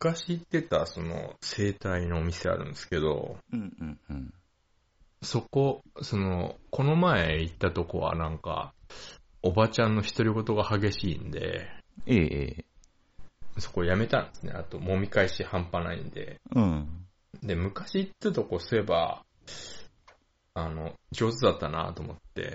昔行ってた、整体のお店あるんですけど、 うんうんうん。 そこ、この前行ったとこはなんか、おばちゃんの独り言が激しいんで、 ええ。 そこやめたんですね。あと、揉み返し半端ないんで。 うん。 で、昔行ったとこそういえば、上手だったなと思って、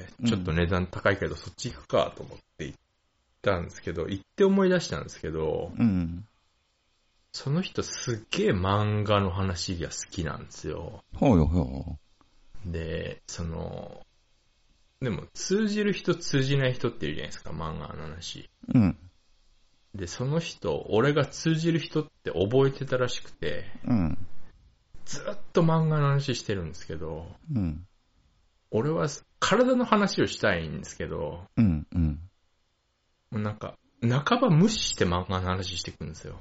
ちょっと値段高いけどそっち行くかと思って行ったんですけど、行って思い出したんですけど、 うん。 その人すっげえ漫画の話が好きなんですよ。 ほうよほで、でも通じる人通じない人っているじゃないですか、漫画の話。 う。うん。 で、その人、俺が通じる人って覚えてたらしくて、 うん。 ずっと漫画の話してるんですけど、 うん。 俺は体の話をしたいんですけど、 うん。うん。 もうなんか、半ば無視して漫画の話していくんですよ。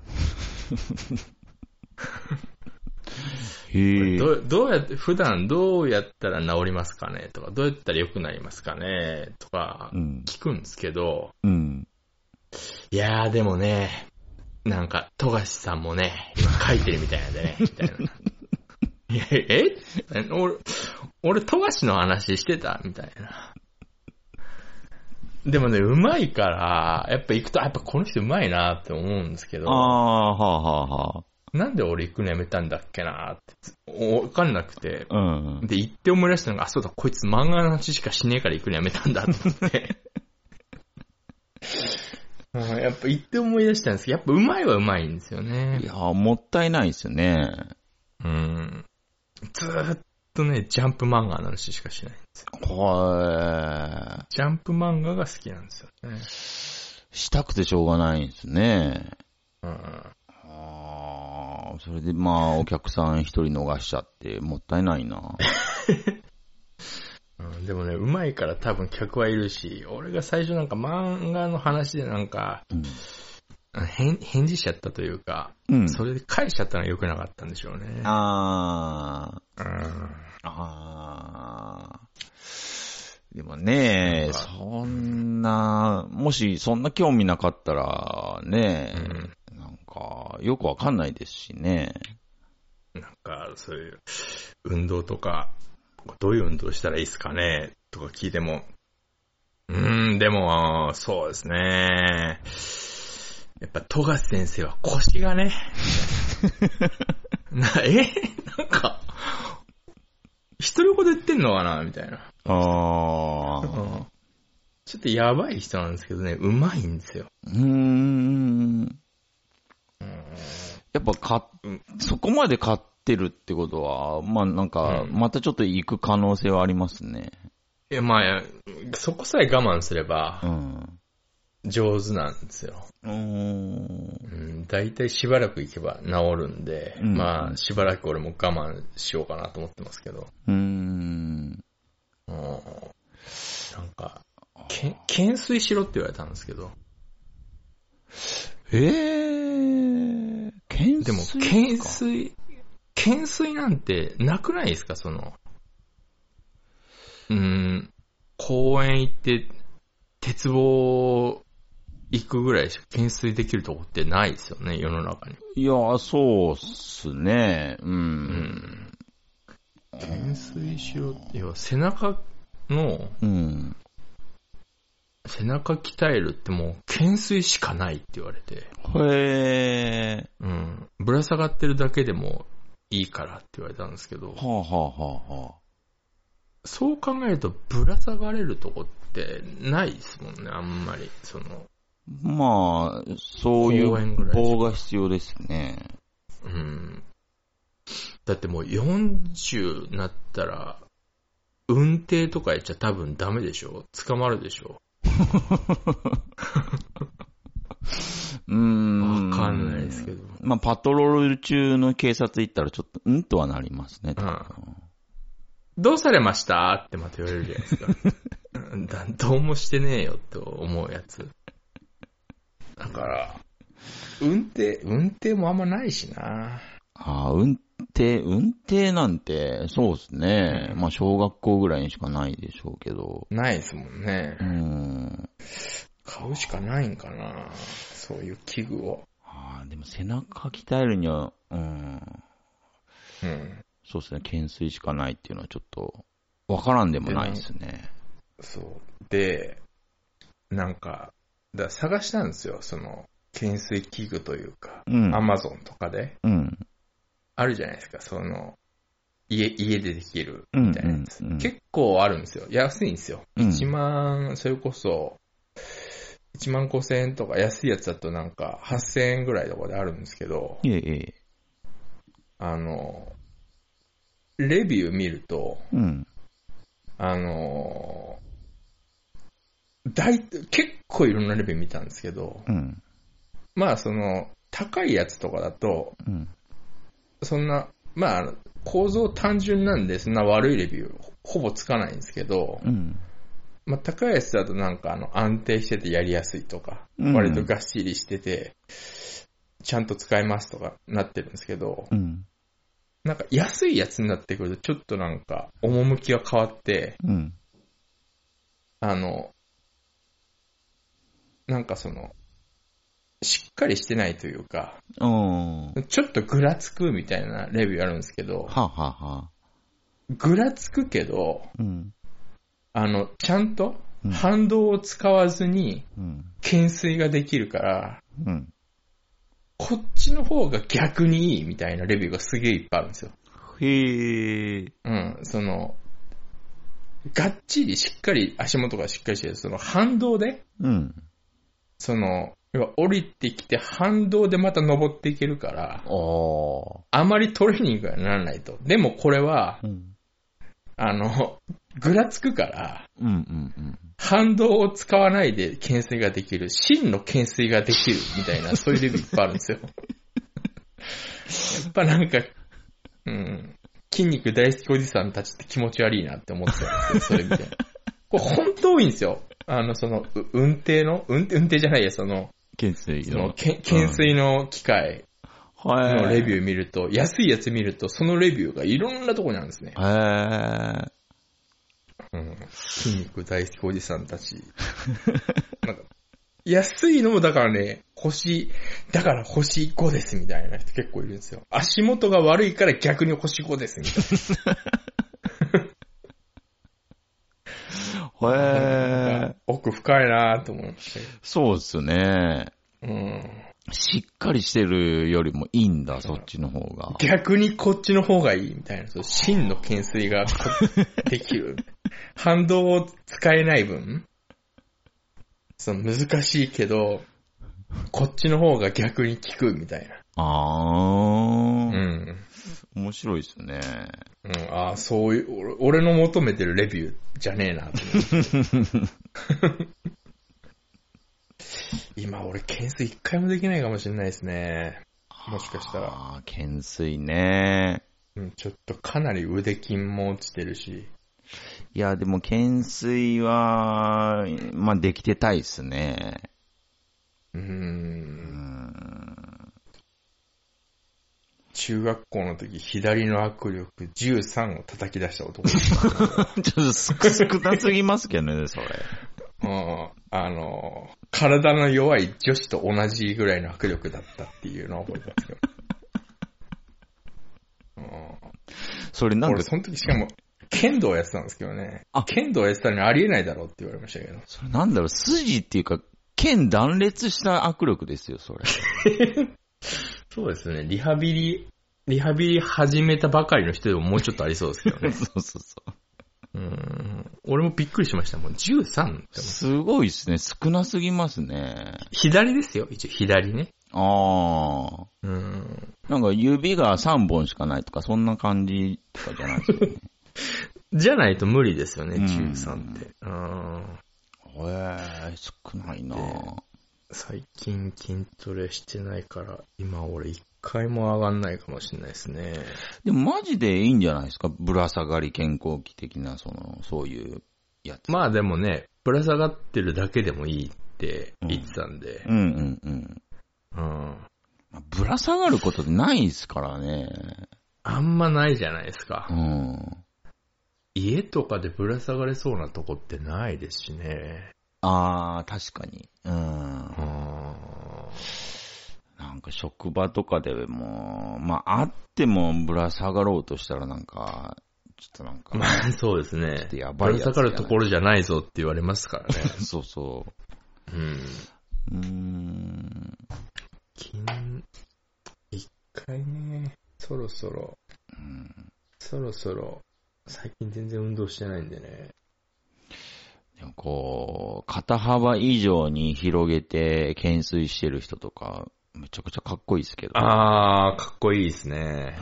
へえ。 どうやって、普段どうやったら治りますかねとか、どうやったら良くなりますかねとか、 うん。 聞くんですけど、 うん。 いやーでもね、なんか、富樫さんもね、今書いてるみたいなんでね、みたいな。いや、俺、富樫の話してたみたいな。でもね、うまいから、やっぱ行くと、やっぱこの人うまいなって思うんですけど、 ああ、はあはあはあ。 なんで俺行くのやめたんだっけなってわかんなくて。 うん。 で、行って思い出したのが、あ、そうだ、こいつ漫画の話しかしねえから行くのやめたんだと思って。やっぱ行って思い出したんですけど、やっぱうまいはうまいんですよね。 いや、もったいないですよね。 うん。ずーっとね、ジャンプ漫画の話しかしないんですよ。 はジャンプ漫画が好きなんですよね。 い。したくてしょうがないんですね。 うん。 ああ、それでまあ、お客さん一人逃しちゃって、もったいないな。 うん、でもね、うまいから多分客はいるし、俺が最初なんか漫画の話でなんか、 うん。 返事しちゃったというか、 うん。 それで返しちゃったのが良くなかったんでしょうね。 ああ。 うん。 ああ。でもね、 なんかそんな、もしそんな興味なかったら、ね、なんか、よくわかんないですしね。 なんか、そういう、運動とか、どういう運動したらいいですかねとか聞いても、でも、そうですね。やっぱ、富樫先生は腰がね、なんか、一人言言ってんのかなみたいな。 ああ。 ちょっとやばい人なんですけどね、うまいんですよ。 やっぱそこまで買ってるってことは、まあなんか、またちょっと行く可能性はありますね。 いや、まあ、そこさえ我慢すれば、 うん。 上手なんですよ。だいたいしばらく行けば治るんで、まあ、しばらく俺も我慢しようかなと思ってますけど。なんか、懸垂しろって言われたんですけど。 懸垂でも、懸垂なんてなくないですか公園行って、鉄棒行くぐらいしか懸垂できるとこってないですよね、世の中に。 いや、そうっすね。 懸垂しろって、要は背中の、背中鍛えるってもう懸垂しかないって言われて。ぶら下がってるだけでもいいからって言われたんですけど。そう考えるとぶら下がれるとこってないですもんね、あんまり。 まあ、そういう棒が必要ですね。 だってもう40になったら、運転とかやっちゃ多分ダメでしょ？捕まるでしょ？わかんないですけど。 まあ、パトロール中の警察行ったらちょっと、とはなりますね。 どうされましたってまた言われるじゃないですか。どうもしてねえよって思うやつ。だから、運転もあんまないしな。 運転なんて、そうですね。まあ、小学校ぐらいにしかないでしょうけど。 ないですもんね。買うしかないんかな。そういう器具を。 ああ、でも背中鍛えるには、そうですね、懸垂しかないっていうのはちょっと、わからんでもないですね。 そう。で、なんか、探したんですよ、その、懸垂器具というか、アマゾンとかで。あるじゃないですか、その、家でできるみたいなやつ。結構あるんですよ。安いんですよ。1万、それこそ、1万5千円とか安いやつだとなんか8000円ぐらいとかであるんですけど、レビュー見ると、結構いろんなレビュー見たんですけど、まあその、高いやつとかだと、そんな、まあ構造単純なんでそんな悪いレビューほぼつかないんですけど、まあ、高いやつだとなんか安定しててやりやすいとか、割とがっしりしてて、ちゃんと使えますとかなってるんですけど、なんか安いやつになってくるとちょっとなんか趣が変わって、なんかその、しっかりしてないというか、ちょっとぐらつくみたいなレビューあるんですけど、ぐらつくけど、ちゃんと反動を使わずに懸垂ができるから、こっちの方が逆にいいみたいなレビューがすげえいっぱいあるんですよ。その、がっちりしっかり足元がしっかりしてる、その反動で、その、要は降りてきて反動でまた登っていけるから、あまりトレーニングにならないと。でもこれは、ぐらつくから、反動を使わないで懸垂ができる、真の懸垂ができるみたいな、そういうレビューいっぱいあるんですよ。やっぱなんか、筋肉大好きおじさんたちって気持ち悪いなって思ってたんですよ、それ見て。これ本当多いんですよ。その、運転じゃないや、その、懸垂の機械のレビュー見ると、安いやつ見ると、そのレビューがいろんなとこにあるんですね。筋肉大好きおじさんたち。なんか安いのもだからね、だから星5ですみたいな人結構いるんですよ。足元が悪いから逆に星5ですみたいな。奥深いなと思いましたけど。 そうですね。しっかりしてるよりもいいんだ、そっちの方が。 逆にこっちの方がいいみたいな。真の懸垂ができる。反動を使えない分、その難しいけど、こっちの方が逆に効くみたいな。 面白いですね。 そういう、俺の求めてるレビューじゃねえなと思って。今俺懸垂一回もできないかもしれないですね。もしかしたら。 懸垂ね。 ちょっとかなり腕筋も落ちてるし。 いや、でも懸垂は、まあできてたいですね。 中学校の時、左の握力13を叩き出した男です。ちょっと少なすぎますけどね、それ。 体の弱い女子と同じぐらいの握力だったっていうのを覚えてますけど。 それなんか俺その時しかも、剣道やってたんですけどね。剣道やってたのにありえないだろうって言われましたけど。 それなんだろう、筋っていうか、剣断裂した握力ですよ、それ。 そうですね。リハビリ始めたばかりの人でももうちょっとありそうですけどね。 そうそうそう。 俺もびっくりしましたもん。13って。 すごいですね。少なすぎますね。 左ですよ。一応左ね。 なんか指が3本しかないとか、そんな感じとかじゃないですよね。 じゃないと無理ですよね、13って。 少ないな最近筋トレしてないから、今俺一回も上がんないかもしれないですね。 でもマジでいいんじゃないですか、ぶら下がり健康器的な、そういうやつ。 まあでもね、ぶら下がってるだけでもいいって言ってたんで。 ぶら下がることってないですからね。 あんまないじゃないですか。家とかでぶら下がれそうなとこってないですしね。 確かに。なんか職場とかでも、まあ、あってもぶら下がろうとしたらなんか、ちょっとなんか。 まあ、そうですね。 ちょっとやばいやつぶら下がるところじゃないぞって言われますからね。 そうそう。 一回ね、そろそろ、最近全然運動してないんでね。 でもこう、肩幅以上に広げて懸垂してる人とか、めちゃくちゃかっこいいですけど。 あー、かっこいいですね。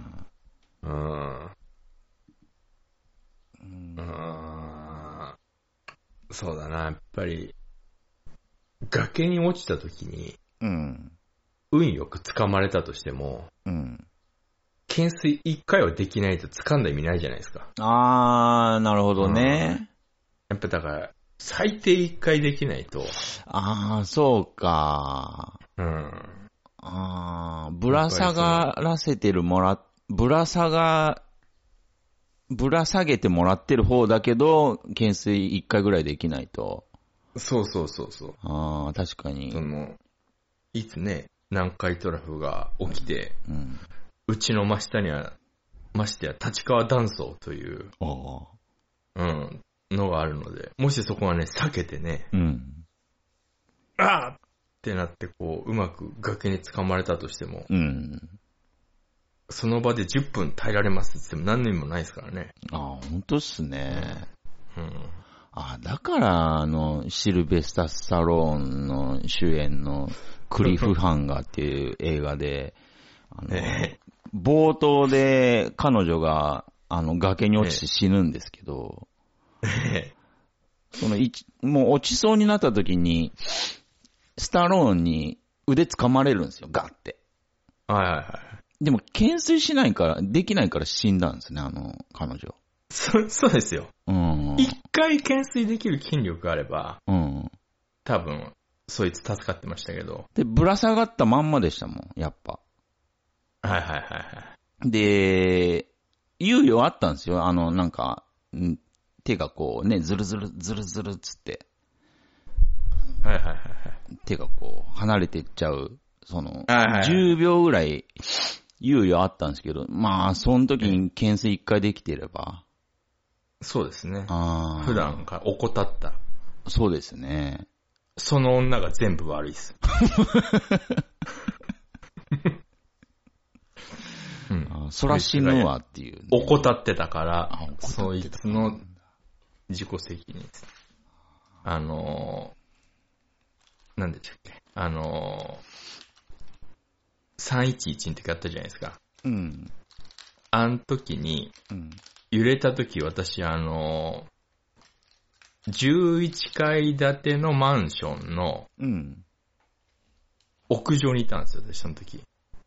そうだな、やっぱり、崖に落ちた時に、運よく掴まれたとしても、懸垂一回はできないと掴んだ意味ないじゃないですか。 あー、なるほどね。 やっぱだから、最低一回できないと。 あー、そうか。ぶら下がらせてるぶら下げてもらってる方だけど、懸垂一回ぐらいできないと。 そう。 ああ、確かに。 いつね、南海トラフが起きて、うちの真下には、ましてや立川断層という、のがあるので、もしそこはね、避けてね、あーってなってこう、うまく崖に掴まれたとしても、その場で10分耐えられますって言っても何年もないですからね。 ああ、ほんとっすね。だからシルベスタ・スタローンの主演のクリフハンガーっていう映画で、冒頭で彼女が崖に落ちて死ぬんですけど、もう落ちそうになった時に、スタローンに腕掴まれるんですよ、ガッて。でも、懸垂できないから死んだんですね、彼女。 そうですよ。一回懸垂できる筋力があれば、多分、そいつ助かってましたけど。 で、ぶら下がったまんまでしたもん、やっぱ。で、猶予あったんですよ、なんか、手がこうね、ズルズルつって。手がこう、離れていっちゃう、10秒ぐらい猶予あったんですけど、まあ、その時に懸垂一回できてれば。 そうですね。普段から怠った。 そうですね。 その女が全部悪いです。 そら死ぬわっていう、ね。 怠ってたから、そいつの自己責任です。なんでしたっけ311の時あったじゃないですか。あの時に、揺れた時私11階建てのマンションの、屋上にいたんですよ、私その時。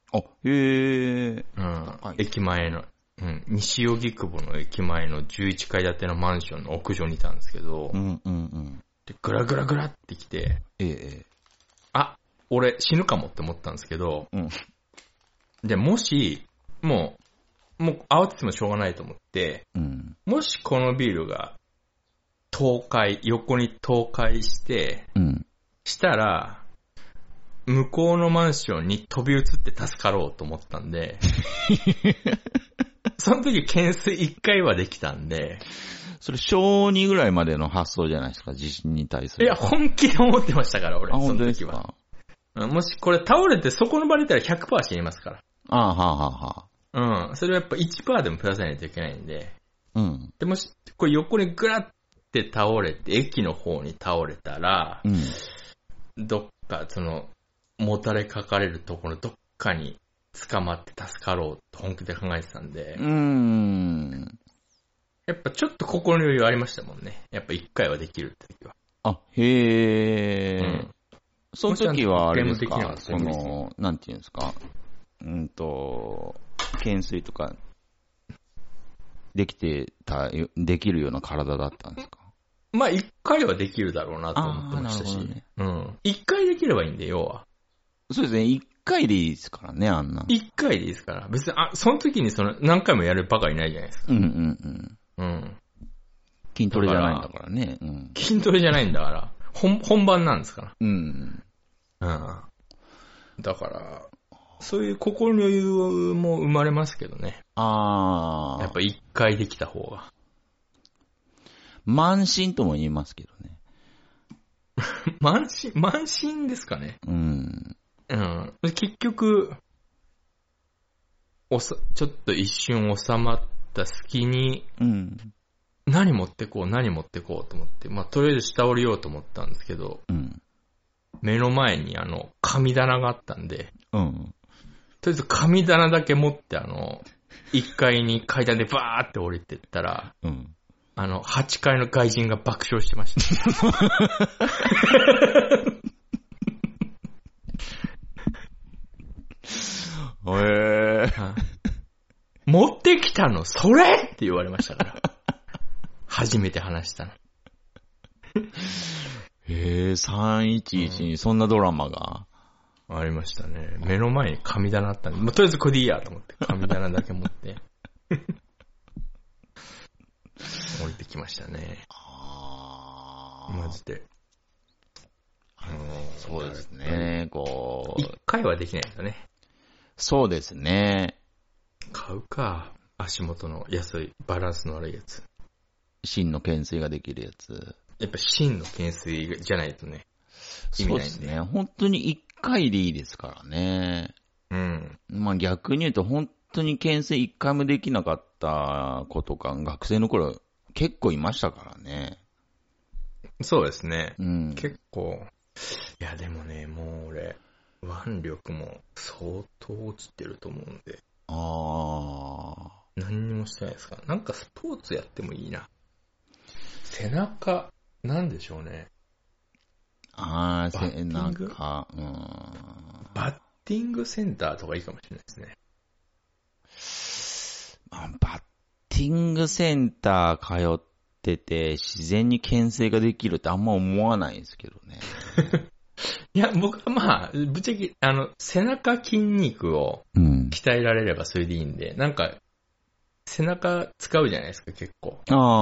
駅前の、西荻窪の駅前の11階建てのマンションの屋上にいたんですけど、でグラグラグラってきて、俺死ぬかもって思ったんですけど、で、もし、もう慌ててもしょうがないと思って、もしこのビルが横に倒壊して、したら、向こうのマンションに飛び移って助かろうと思ったんで、その時懸垂1回はできたんで、 それ小2ぐらいまでの発想じゃないですか、地震に対する。 いや、本気で思ってましたから、俺。 その時は。 もしこれ倒れてそこの場でたら 100% 死にますから。それはやっぱ 1% でもプラスないといけないんで。でもし、これ横にグラって倒れて、駅の方に倒れたら、どっか、もたれかかれるところどっかに捕まって助かろうと本気で考えてたんで。やっぱちょっと心の余裕ありましたもんね。やっぱ1回はできるって時は。 その時はあれですか、なんていうんですか、懸垂とか、できるような体だったんですか？ まあ、1回はできるだろうなと思ってましたし。1回できればいいんで、要は。 そうですね、1回でいいですからね、あんな。 1回でいいですから。別に、その時に何回もやるバカいないじゃないですか。 筋トレじゃないんだからね。 筋トレじゃないんだから。本番なんですから。 だから、そういう心の余裕も生まれますけどね。やっぱ一回できた方が。 慢心とも言いますけどね。 慢心ですかね。うん。結局、ちょっと一瞬収まった隙に、何持ってこうと思って、とりあえず下降りようと思ったんですけど、目の前に神棚があったんで、とりあえず神棚だけ持って1階に階段でバーって降りてったら、8階の外人が爆笑してました。持ってきたのそれって言われましたから。初めて話したの。 311にそんなドラマがありましたね。目の前に神棚あったんで、とりあえずこれでいいやと思って、神棚だけ持って。降りてきましたね。マジで。 そうですね。 一回はできないですよね。 そうですね。 買うか。足元の安い、バランスの悪いやつ。 芯の懸垂ができるやつ。 やっぱ芯の懸垂じゃないとね。意味ないんで。そうですね。 本当に一回でいいですからね。逆に言うと本当に懸垂一回もできなかった子とか、学生の頃結構いましたからね。 そうですね。結構。いやでもね、もう俺、腕力も相当落ちてると思うんで。何にもしてないですか。なんかスポーツやってもいいな。背中、なんでしょうね。 背中。 バッティングセンターとかいいかもしれないですね。バッティングセンター通ってて、自然に牽制ができるってあんま思わないですけどね。 いや、僕はぶっちゃけ、背中筋肉を鍛えられればそれでいいんで、なんか、背中使うじゃないですか、結構。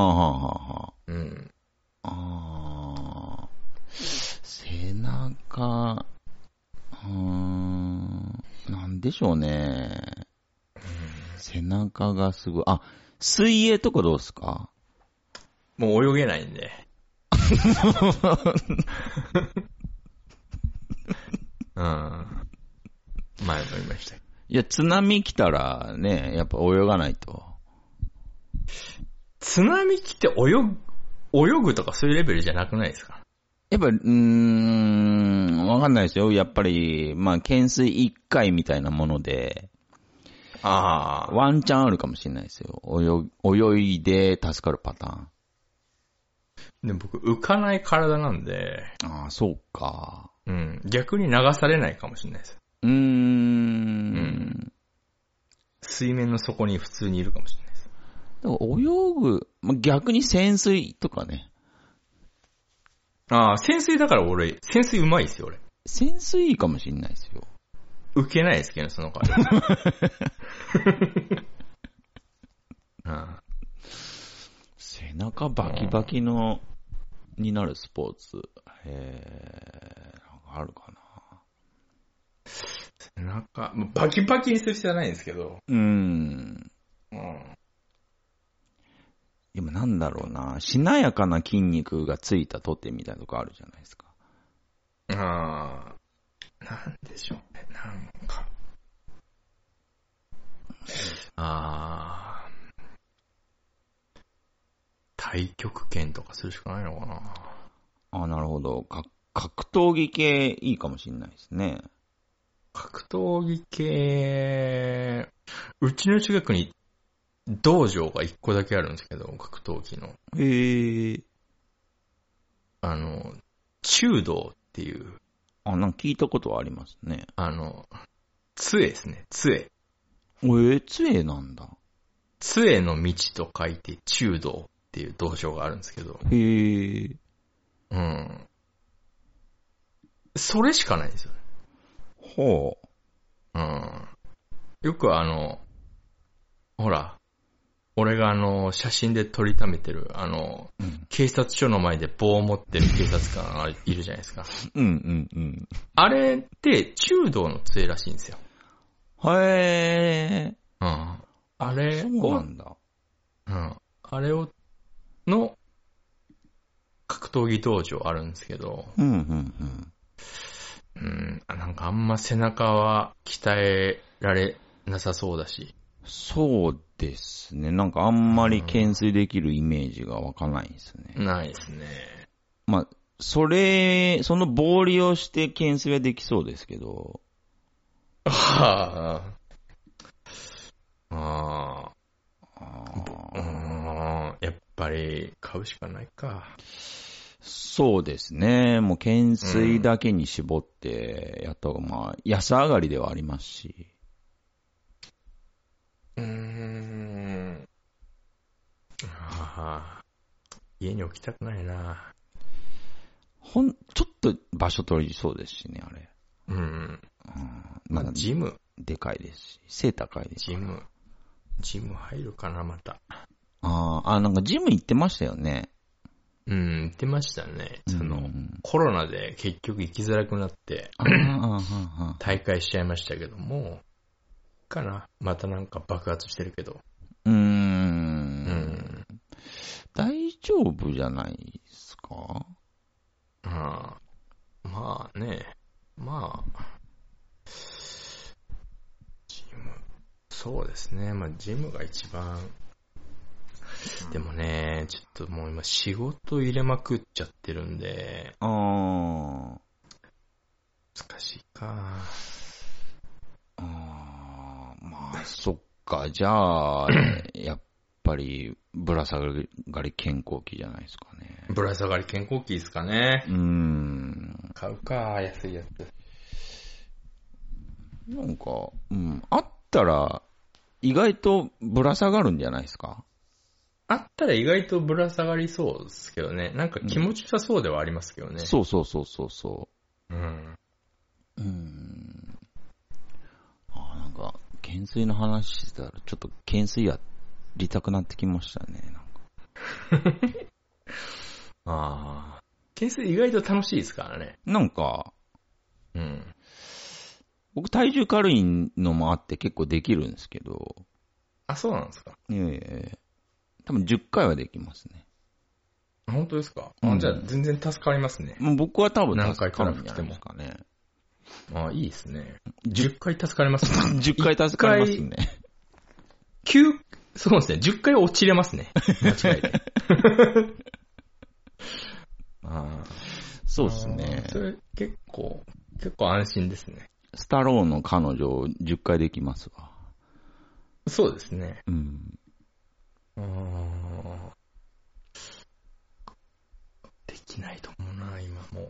背中、なんでしょうね。背中がすごい。水泳とかどうですか？ もう泳げないんで。前も言いました。 いや、津波来たらね、やっぱ泳がないと。 津波来て泳ぐとかそういうレベルじゃなくないですか？ やっぱ、わかんないですよ。やっぱり、懸垂1回みたいなもので、ワンチャンあるかもしれないですよ。泳いで助かるパターン。 でも僕、浮かない体なんで。 そうか。 逆に流されないかもしれないです。水面の底に普通にいるかもしれないです。 だから泳ぐ、逆に潜水とかね。 潜水だから俺、潜水うまいですよ、俺。 潜水いいかもしれないですよ。 受けないですけど、その代わり。 背中バキバキの、になるスポーツ。あるかな。 背中、バキバキにする必要はないんですけど。 でもなんだろうな、しなやかな筋肉がついたとてみたいなとこあるじゃないですか。 なんでしょうね、なんか。太極拳とかするしかないのかな。 なるほど。格闘技系いいかもしれないですね。 格闘技系、うちの近くに道場が1個だけあるんですけど、格闘技の。中道っていう。 なんか聞いたことはありますね。 杖ですね、杖。 杖なんだ。 杖の道と書いて中道っていう道場があるんですけど。それしかないんですよね。よくほら、 俺が写真で撮りためてる、警察署の前で棒を持ってる警察官がいるじゃないですか。あれって中道の杖らしいんですよ。 へー。 あれそうなんだ。 あれの格闘技道場あるんですけど、なんかあんま背中は鍛えられなさそうだし。 そうですね。なんかあんまり懸垂できるイメージが湧かないですね。 ないですね。 まあ、その棒利用して懸垂はできそうですけど。 やっぱり買うしかないか。 そうですね。もう懸垂だけに絞ってやった方がまあ安上がりではありますし。 家に置きたくないな。 ちょっと場所取りそうですしね、あれ。 まあ、ジム。 でかいですし、背高いですし。 ジム入るかな、また。 なんかジム行ってましたよね。 行ってましたね。コロナで結局行きづらくなって、大会しちゃいましたけども、かな。またなんか爆発してるけど。 大丈夫じゃないですか？ まあね。ジム。そうですね。まあジムが一番。でもね、ちょっともう今仕事入れまくっちゃってるんで。難しいか。 まあ、そっか。じゃあ、やっぱり、ぶら下がり健康器じゃないですかね。 ぶら下がり健康器ですかね。買うか、安いやつ。 なんか、あったら、意外とぶら下がるんじゃないですか？ あったら意外とぶら下がりそうですけどね。なんか気持ちよさそうではありますけどね。 そう。なんか、懸垂の話してたら、ちょっと懸垂やりたくなってきましたね、 なんか。懸垂意外と楽しいですからね。 なんか、僕体重軽いのもあって結構できるんですけど。 そうなんですか？ 多分10回はできますね。 本当ですか？じゃあ全然助かりますね。 僕は多分助かるんじゃないですかね。 いいですね。10回助かりますね。 10回助かりますね。 そうですね。10回落ちれますね。間違えて。 そうですね。 それ結構安心ですね。 スタローンの彼女を10回できますわ。 そうですね。できないと思うな、今も。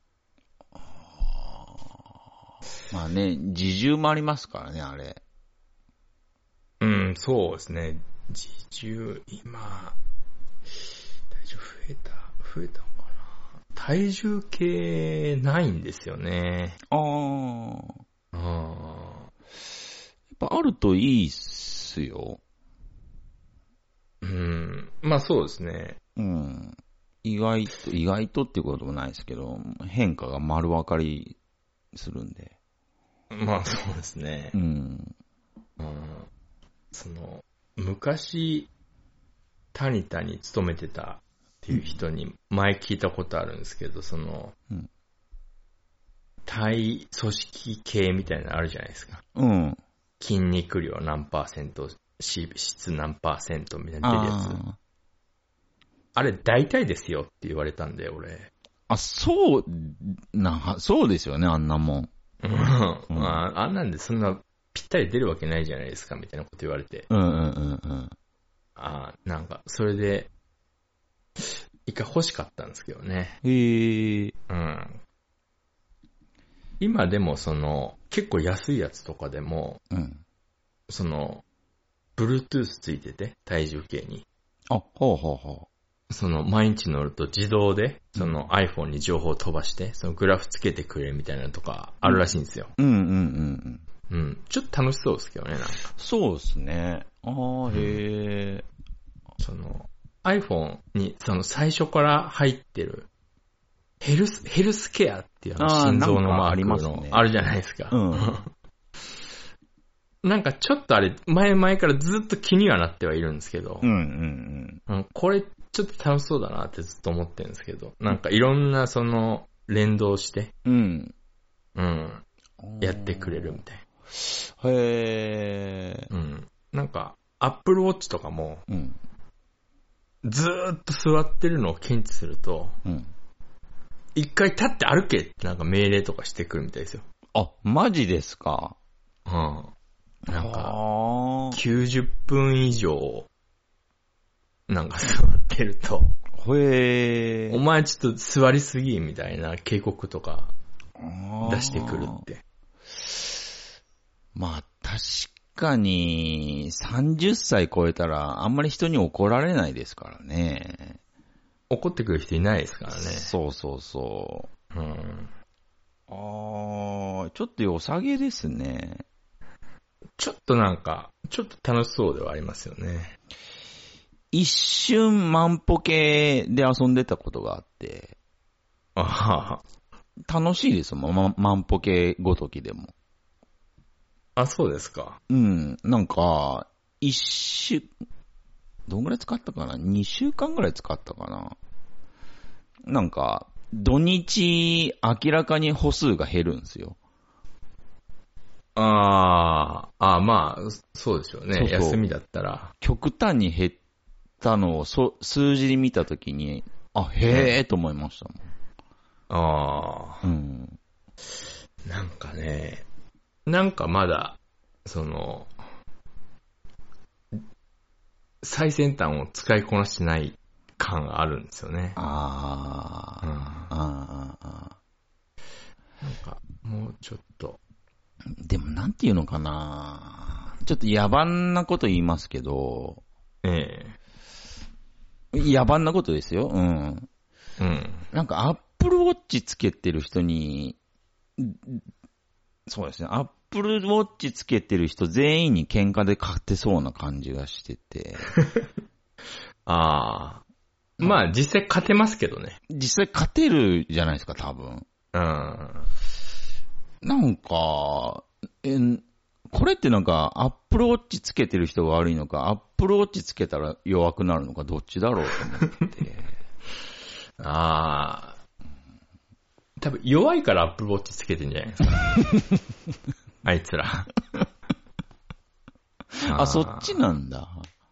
まあね、自重もありますからね、あれ。 そうですね。自重、今、体重増えたのかな。体重計ないんですよね。 やっぱあるといいっすよ。 まあそうですね。 意外とっていうこともないですけど、変化が丸分かりするんで。 まあそうですね。昔、タニタに勤めてたっていう人に前聞いたことあるんですけど、体組織計みたいなのあるじゃないですか。筋肉量何%、脂質何%みたいな出るやつ。あれ大体ですよって言われたんで、俺。 そうですよね、あんなもん。 あんなんでそんなぴったり出るわけないじゃないですか、みたいなこと言われて。なんか、それで、一回欲しかったんですけどね。今でも結構安いやつとかでも、Bluetooth ついてて、体重計に。毎日乗ると自動で、iPhone に情報を飛ばして、グラフつけてくれるみたいなのとかあるらしいんですよ。ちょっと楽しそうですけどね、なんか。 そうですね。 その iPhone にその最初から入ってるヘルスケアっていう心臓のマークのあるじゃないですか。うん。なんかちょっとあれ、前からずっと気にはなってはいるんですけど、これちょっと楽しそうだなってずっと思ってるんですけど、なんかいろんなその連動して、やってくれるみたいな。 へー。 なんか、Apple Watch とかも、ずーっと座ってるのを検知すると、一回立って歩けってなんか命令とかしてくるみたいですよ。 あ、マジですか？ なんか、90分以上、なんか座ってると、お前ちょっと座りすぎみたいな警告とか出してくるって。 まあ確かに30歳超えたらあんまり人に怒られないですからね。 怒ってくる人いないですからね。 そうそうそう。ちょっと良さげですね。 ちょっとなんか、ちょっと楽しそうではありますよね。 一瞬万歩計で遊んでたことがあって。楽しいですもん、万歩計ごときでも。 あ、そうですか。 なんか、どんぐらい使ったかな ?2 週間ぐらい使ったかな。なんか、土日明らかに歩数が減るんですよ。 まあ、そうでしょうね。そう休みだったら。 極端に減ったのを数字で見たときに、へーと思いましたもん。 なんかね、なんかまだ、その、最先端を使いこなしてない感があるんですよね。なんか、もうちょっと。 でもなんていうのかな、ちょっと野蛮なこと言いますけど、野蛮なことですよ。なんかApple Watch つけてる人に、そうですね、Apple Watch つけてる人全員に喧嘩で勝てそうな感じがしてて。 まあ実際勝てますけどね。 実際勝てるじゃないですか、多分。なんか、これってなんか、Apple Watch つけてる人が悪いのか、Apple Watch つけたら弱くなるのか、どっちだろうと思って。 多分弱いから Apple Watch つけてんじゃないですか。あいつら。 そっちなんだ。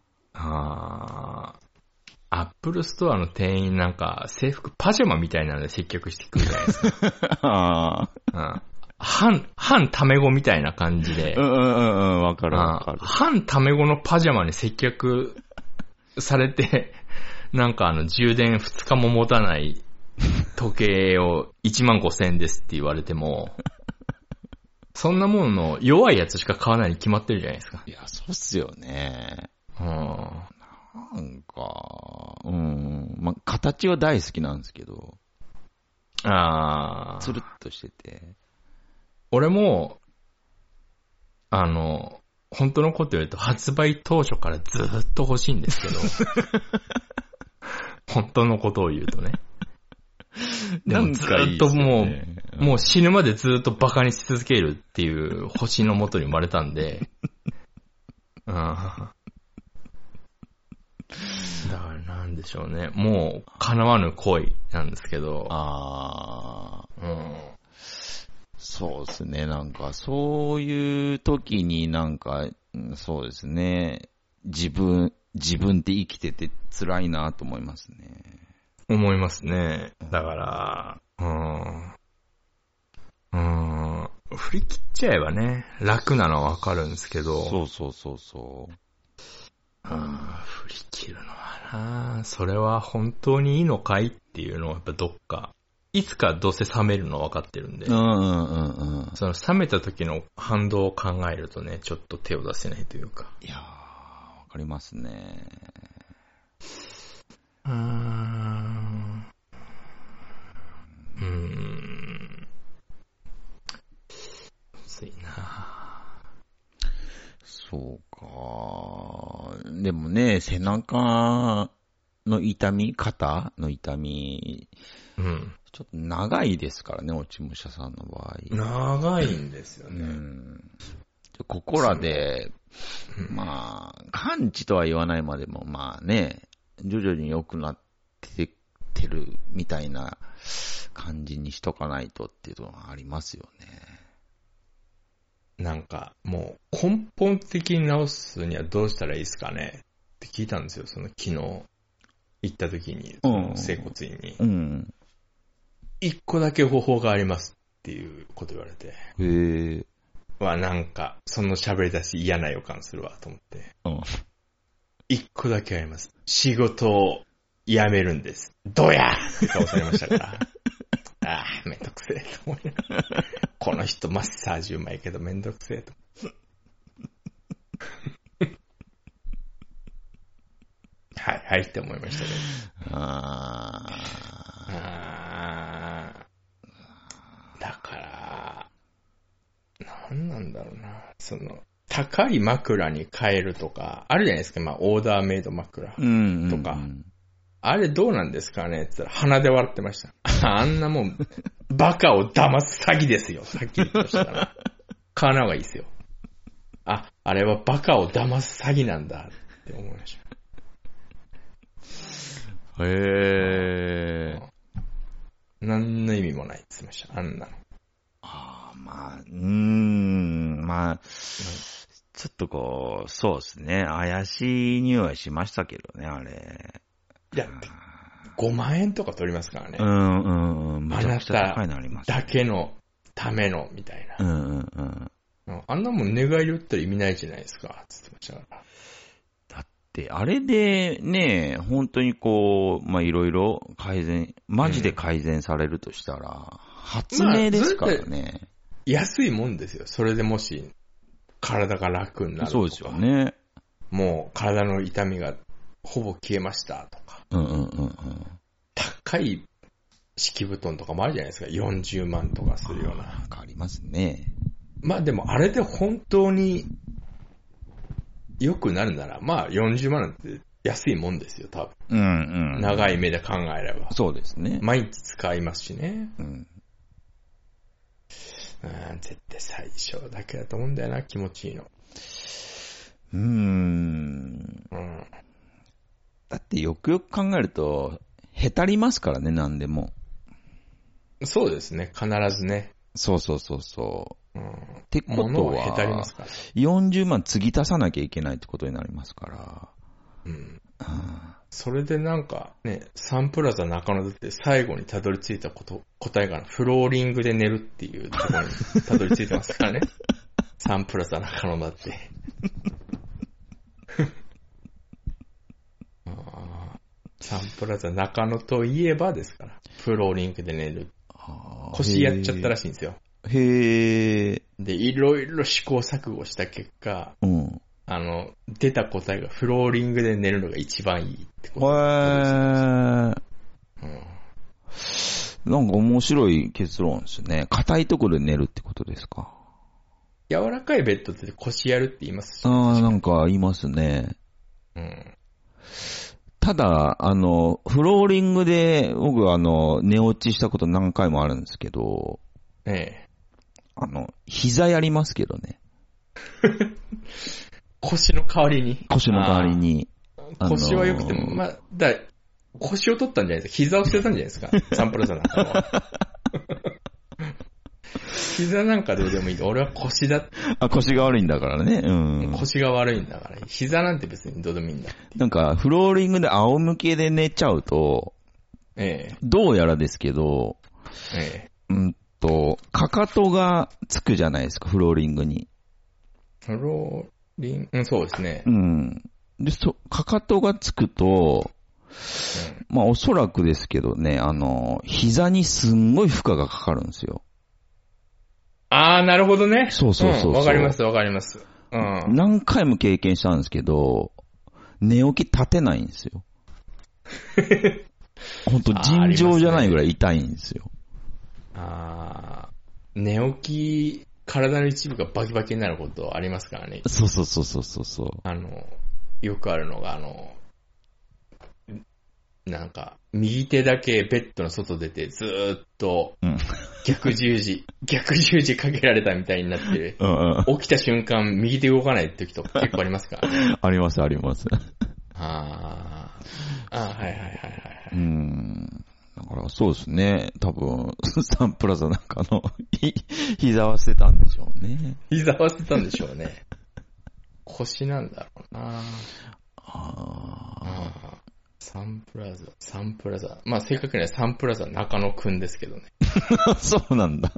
Apple ストアの店員なんか制服パジャマみたいなので接客してくるじゃないですか。半タメ語みたいな感じで。 わかるわかる。 半タメ語のパジャマに接客されて、なんか充電2日も持たない時計を15,000円ですって言われても、そんなもんの弱いやつしか買わないに決まってるじゃないですか。 いや、そうっすよね。なんか、まあ、形は大好きなんですけど。つるっとしてて。 俺も、本当のこと言うと発売当初からずっと欲しいんですけど。本当のことを言うとね。でもずっともう死ぬまでずっとバカにし続けるっていう星のもとに生まれたんで。だからなんでしょうね。もう叶わぬ恋なんですけど。 そうですね。なんかそういう時になんか、そうですね。自分って生きてて辛いなと思いますね。 思いますね。だから、振り切っちゃえばね、楽なのはわかるんですけど。 そう。 振り切るのはな、それは本当にいいのかいっていうのはやっぱどっか、いつかどうせ冷めるのはわかってるんで。その冷めた時の反動を考えるとね、ちょっと手を出せないというか。 いやー、わかりますね。 むずいな。 そうか。 でもね、背中の痛み、肩の痛み、 うん。 ちょっと長いですからね、落ち武者さんの場合。 長いんですよね。 ここらで、まあ、完治とは言わないまでも、まあね、徐々に良くなってってるみたいな感じにしとかないとっていうのはありますよね。 なんか、もう根本的に治すにはどうしたらいいですかねって聞いたんですよ、その昨日行った時に、その整骨院に。 うん。 一個だけ方法がありますっていうこと言われて。 へえ。 なんか、その喋り出し嫌な予感するわと思って。 うん。 一個だけあります。仕事を辞めるんです。どやって顔されましたから。ああ、めんどくせえと思いながら。この人マッサージうまいけどめんどくせえと。はいはいって思いましたけど。だから、なんなんだろうな。その、高い枕に変えるとか、あるじゃないですか。まあ、オーダーメイド枕とか。あれどうなんですかねって言ったら鼻で笑ってました。あんなもん、バカを騙す詐欺ですよ。さっき言ってましたから。買わない方がいいですよ。あれはバカを騙す詐欺なんだって思いました。何の意味もないって言ってました。あんなの。 まあ、ちょっとこう、そうですね。怪しい匂いしましたけどね、あれ。 いや、5万円とか取りますからね。 めちゃくちゃ高いのあります、 あなただけのための、みたいな。あんなもん寝返り打ったら意味ないじゃないですか、つってましたから。 だって、あれでね、本当にこう、まあいろいろ改善、マジで改善されるとしたら、発明ですからね。 安いもんですよ。それでもし、体が楽になるとか。 そうですよね。 もう体の痛みがほぼ消えましたとか。高い敷布団とかもあるじゃないですか。40万とかするような。 なんかありますね。 まあでもあれで本当に良くなるなら、まあ40万なんて安いもんですよ、多分。長い目で考えれば。 そうですね。 毎日使いますしね。絶対最初だけだと思うんだよな、気持ちいいの。 だってよくよく考えると、へたりますからね、なんでも。 そうですね、必ずね。 そう。ってことは、 へたりますから。 40万継ぎ足さなきゃいけないってことになりますから。 それでなんかね、サンプラザ中野だって最後にたどり着いた答えがフローリングで寝るっていうところにたどり着いてますからね。サンプラザ中野だって。サンプラザ中野といえばですから。フローリングで寝る。腰やっちゃったらしいんですよ。で、いろいろ試行錯誤した結果、出た答えがフローリングで寝るのが一番いいってことなんか面白い結論ですね。硬いところで寝るってことですか。 柔らかいベッドって腰やるって言いますし、 なんか言いますね。ただ、フローリングで僕寝落ちしたこと何回もあるんですけど、膝やりますけどね。 腰の代わりに。 腰の代わりに。 腰は良くても、まあ、腰を取ったんじゃないですか。膝を捨てたんじゃないですか。サンプラザなんかは。膝なんかどうでもいい。俺は腰だ。 腰が悪いんだからね。 腰が悪いんだから。膝なんて別にどうでもいいんだ。 なんか、フローリングで仰向けで寝ちゃうと、どうやらですけど、かかとがつくじゃないですか、フローリングに。 フローリング、そうですね。 で、かかとがつくと、まあおそらくですけどね、膝にすんごい負荷がかかるんですよ。 なるほどね。 そう。 わかります。 何回も経験したんですけど、寝起き立てないんですよ。ほんと尋常じゃないぐらい痛いんですよ。 寝起き、体の一部がバキバキになることありますからね。 そう。 よくあるのが、なんか、右手だけベッドの外出て、ずーっと、逆十字かけられたみたいになってる。起きた瞬間、右手動かないって時とか結構ありますからね。 あります、あります。 はいはいはいはい。 だからそうですね。多分、サンプラザなんか膝は捨てたんでしょうね。 膝は捨てたんでしょうね。腰なんだろうな。サンプラザ。まあ正確にはサンプラザ中野くんですけどね。 そうなんだ。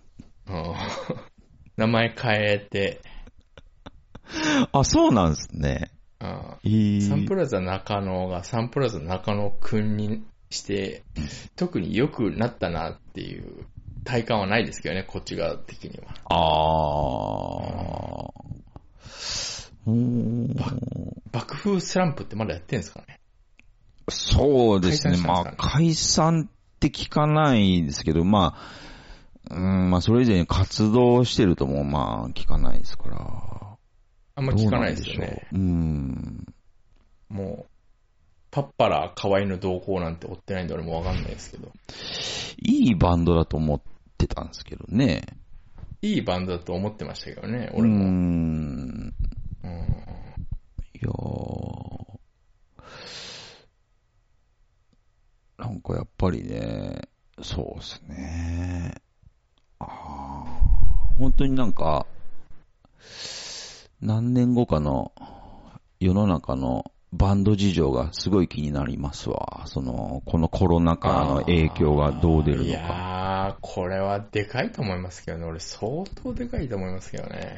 名前変えて。 あ、そうなんですね。 サンプラザ中野がサンプラザ中野くんにして、特に良くなったなっていう体感はないですけどね、こっち側的には。爆風スランプってまだやってんですかね。 そうですね。まあ、解散って聞かないですけど、まあ、それ以前に活動してるとも、まあ、聞かないですから。 あんま聞かないですよね。もう、パッパラ河合の動向なんて追ってないんで俺もわかんないですけど。 いいバンドだと思ってたんですけどね。 いいバンドだと思ってましたけどね、俺も。 いやー。なんかやっぱりね、そうですね。本当になんか、何年後かの世の中のバンド事情がすごい気になりますわ。このコロナ禍の影響がどう出るのか。 いやー、これはでかいと思いますけどね。俺相当でかいと思いますけどね。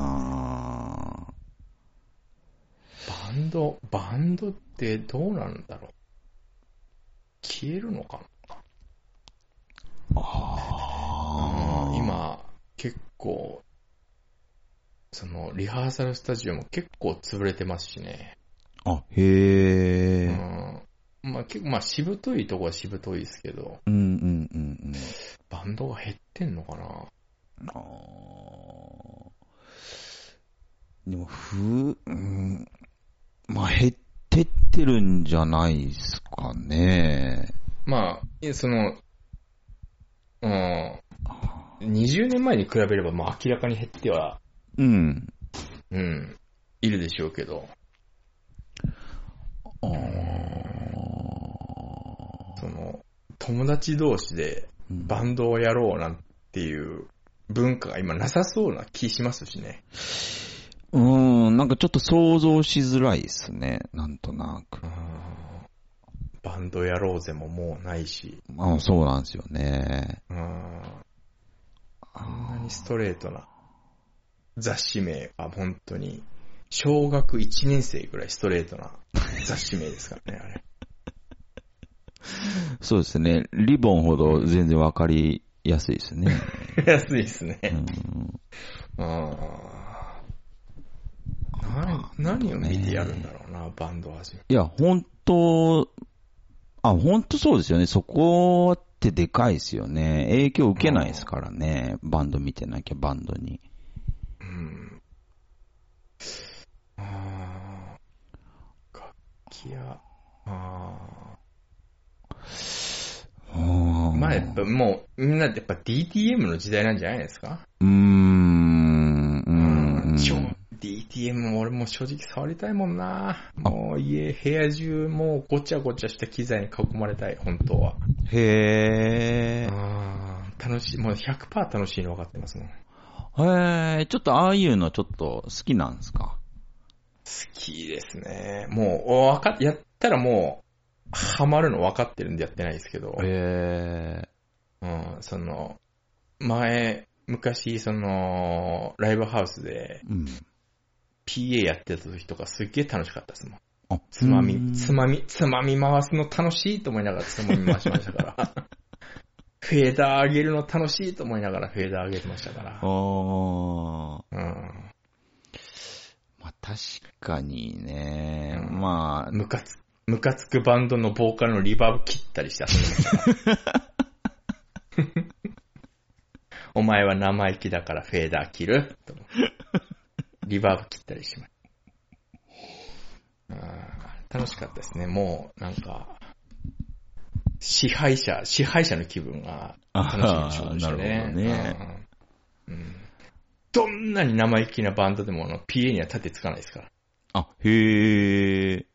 バンドってどうなんだろう。消えるのかな。今、結構、リハーサルスタジオも結構潰れてますしね。 へー。 まあ、しぶといとこはしぶといですけど。バンドが減ってんのかな。 でも、まあ、減ってってるんじゃないですかね。 まあ、20年前に比べれば、まあ明らかに減っては、いるでしょうけど。友達同士でバンドをやろうなんていう文化が今なさそうな気しますしね。 なんかちょっと想像しづらいですね。なんとなく。 バンドやろうぜももうないし。 そうなんですよね。 あんなにストレートな雑誌名は本当に、小学1年生ぐらいストレートな雑誌名ですからね、あれ。 そうですね。リボンほど全然わかりやすいですね。 安いですね。何を見てやるんだろうな、バンド始め。 いや、本当そうですよね。そこってでかいですよね。影響受けないですからね。バンド見てなきゃ、バンドに。 楽器屋。まあやっぱもう、みんなやっぱ DTM の時代なんじゃないですか。DTM も俺も正直触りたいもんな。もう部屋中もうごちゃごちゃした機材に囲まれたい、本当は。 へー。 楽しい、もう 100% 楽しいの分かってますもん。 ちょっとああいうのちょっと好きなんですか？ 好きですね。もう、やったらもう、ハマるの分かってるんでやってないですけど。昔、ライブハウスで、PA やってた時とかすっげえ楽しかったですもん。つまみ回すの楽しいと思いながらつまみ回しましたから。フェーダー上げるの楽しいと思いながらフェーダー上げてましたから。 まあ確かにね。まあ。 ムカつくバンドのボーカルのリバーブ切ったりして遊んでました。お前は生意気だからフェーダー切るとリバーブ切ったりします。 楽しかったですね。もう、なんか、支配者の気分が楽しいでしょうしね。 なるほどね。 どんなに生意気なバンドでもPA には立てつかないですから。 あ、へえ。 うん。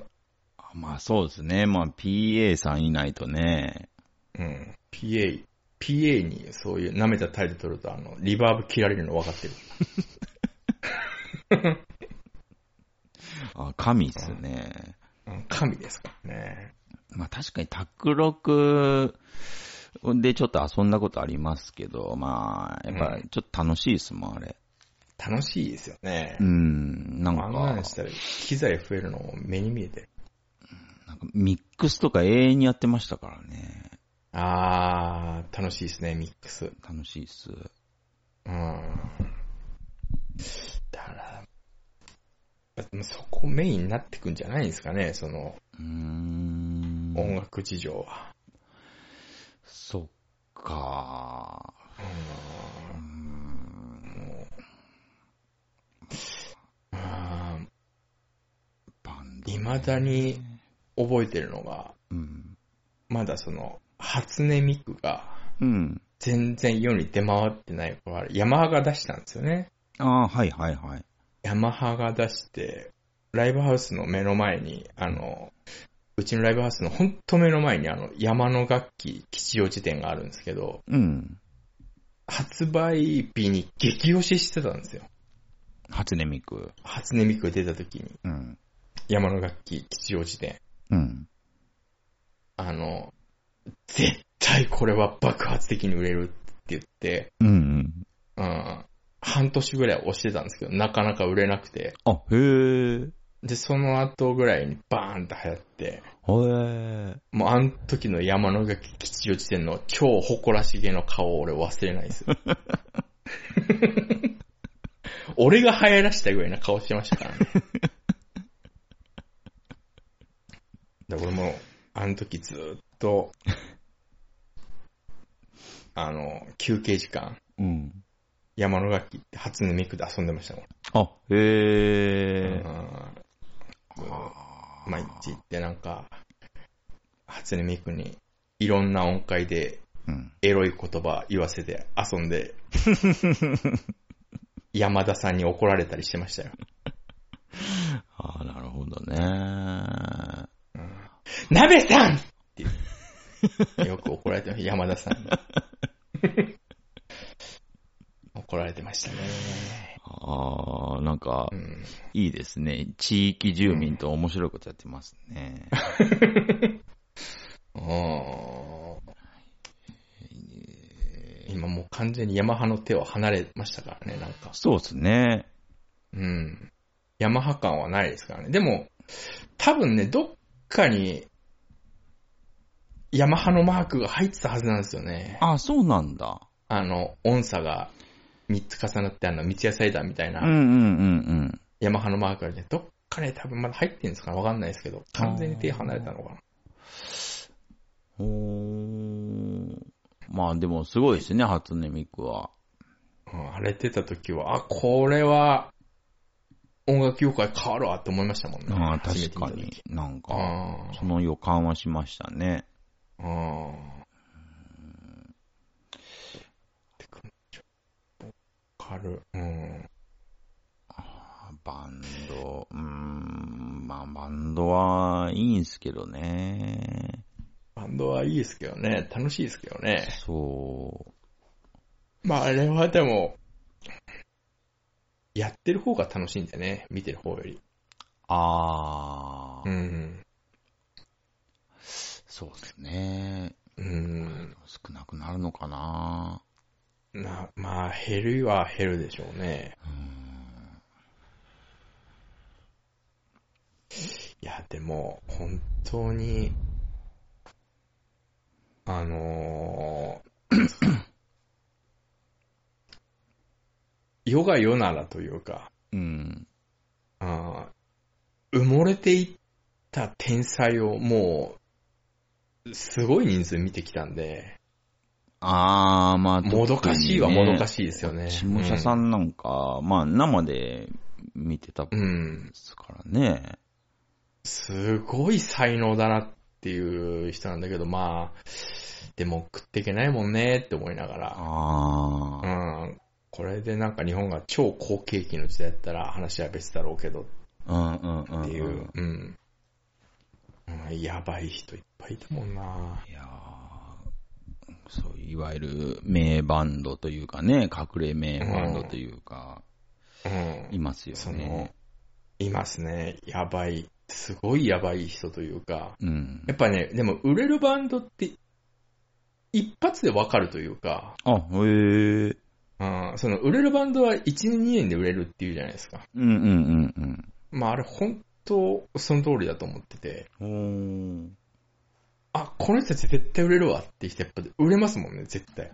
まあそうですね。まあ PA さんいないとね。 うん。PA にそういう舐めた態度取ると、リバーブ切られるの分かってる。 あ、神っすね。 神ですからね。 まあ確かに卓録でちょっと遊んだことありますけど、まあ、やっぱちょっと楽しいですもん、あれ。 楽しいですよね。 なんか。 あんなのしたら機材増えるのも目に見えて。 なんかミックスとか永遠にやってましたからね。 楽しいですね、ミックス。 楽しいっす。 だから、そこメインになってくんじゃないんですかね、音楽事情は。 そっか。 未だに覚えてるのが、まだ初音ミクが、全然世に出回ってない頃、ヤマハが出したんですよね。 はいはいはい。 ヤマハが出して、ライブハウスの目の前に、うちのライブハウスのほんと目の前に山の楽器吉祥寺店があるんですけど、発売日に激推ししてたんですよ。 初音ミクが出た時に、山の楽器吉祥寺店。絶対これは爆発的に売れるって言って、半年ぐらい押してたんですけど、なかなか売れなくて。で、その後ぐらいにバーンと流行って、もうあの時の山の楽器吉祥寺店の超誇らしげの顔を俺忘れないですよ。俺が流行らしたぐらいな顔してましたからね。だから俺も、あの時ずっと、休憩時間、山の楽器って初音ミクで遊んでましたもん。毎日行ってなんか、初音ミクにいろんな音階でエロい言葉言わせて遊んで、山田さんに怒られたりしてましたよ。 なるほどね。 鍋さんってよく怒られてました、山田さんに。怒られてましたね。 なんか、いいですね。地域住民と面白いことやってますね。今もう完全にヤマハの手を離れましたからね、なんか。そうですね。 ヤマハ感はないですからね。でも、多分ね、どっかに、ヤマハのマークが入ってたはずなんですよね。 そうなんだ。 音差が3つ重なって三ツ矢サイダーみたいな、ヤマハのマークがね、どっかね、多分まだ入ってるんですかね、わかんないですけど、完全に手離れたのかな。 まあでもすごいですね、初音ミクは。 あれ出た時は、これは、音楽業界変わるわって思いましたもんね。 確かに。なんか、その予感はしましたね。バンド、まあバンドはいいんすけどね。 バンドはいいですけどね。楽しいですけどね。 そう。 まああれはでも、やってる方が楽しいんだよね。見てる方より。 そうですね。少なくなるのかな。 まあ減るは減るでしょうね。いや、でも、本当に、世が世ならというか、埋もれていった天才をもう、すごい人数見てきたんで、 まあ、 もどかしいはもどかしいですよね。 下社さんなんか、まあ生で見てたんですからね。 すごい才能だなっていう人なんだけど、まあ、でも食っていけないもんねって思いながら。これでなんか日本が超好景気の時代だったら話は別だろうけど。っていう。やばい人いっぱいいたもんな。 いやそう、いわゆる名バンドというかね、隠れ名バンドというか、いますよね。 いますね。やばい。すごいやばい人というか。やっぱね、でも売れるバンドって一発でわかるというか。その売れるバンドは1年2年で売れるっていうじゃないですか。まああれ本当その通りだと思ってて。あ、この人たち絶対売れるわって人やっぱ売れますもんね、絶対。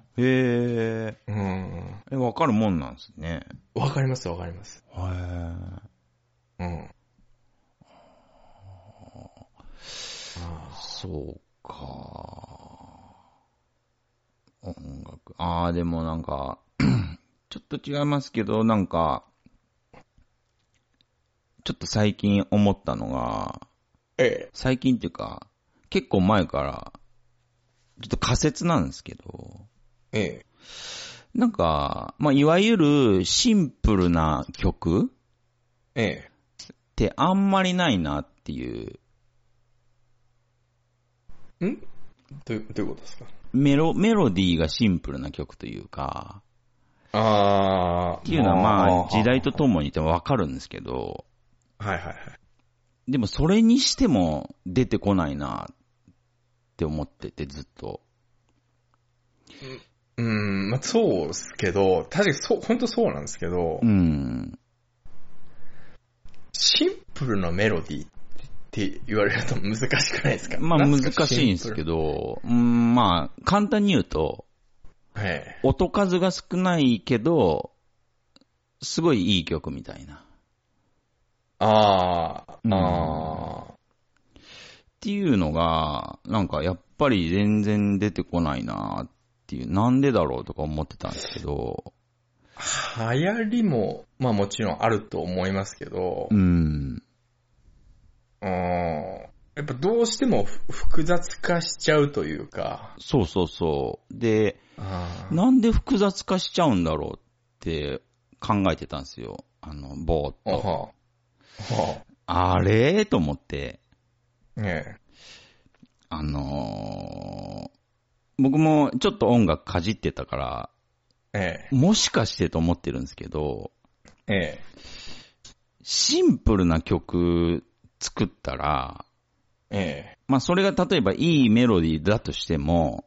わかるもんなんですね。 わかります。 そうか。音楽。でもなんか、ちょっと違いますけど、なんか、ちょっと最近思ったのが、最近っていうか、結構前から、ちょっと仮説なんですけど、なんか、まあ、いわゆるシンプルな曲ってあんまりないなっていう。 どういうことですか？ メロディーがシンプルな曲というか、っていうのはまあ時代とともにってわかるんですけど、でもそれにしても出てこないなって思っててずっと。 まあそうですけど、確かに本当そうなんですけど、シンプルなメロディーって言われると難しくないですか？ まあ難しいんですけど、まあ簡単に言うと、音数が少ないけど、すごいいい曲みたいな。っていうのが、なんかやっぱり全然出てこないなっていう、なんでだろうとか思ってたんですけど。 流行りも、まあもちろんあると思いますけど、やっぱどうしても複雑化しちゃうというか。 そう。で、なんで複雑化しちゃうんだろうって考えてたんですよ。ぼーっと。あれと思って。僕もちょっと音楽かじってたから、もしかしてと思ってるんですけど、シンプルな曲作ったら、まあそれが例えばいいメロディーだとしても、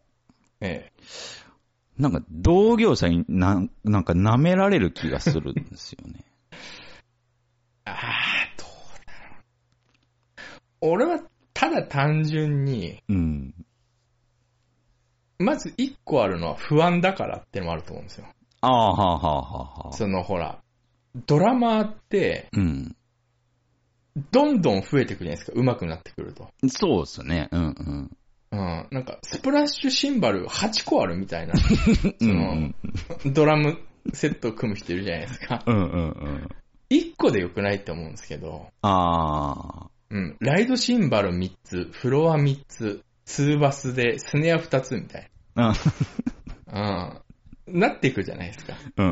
なんか同業者になんか舐められる気がするんですよね。 どうだろう。俺はただ単純に、まず一個あるのは不安だからってのもあると思うんですよ。そのほら、ドラマーって、どんどん増えてくるじゃないですか、上手くなってくると。 そうですね。 なんか、スプラッシュシンバル8個あるみたいな。ドラムセットを組む人いるじゃないですか。1個で良くないって思うんですけど。ライドシンバル3つ、フロア3つ、2バスでスネア2つみたいな。なっていくじゃないですか。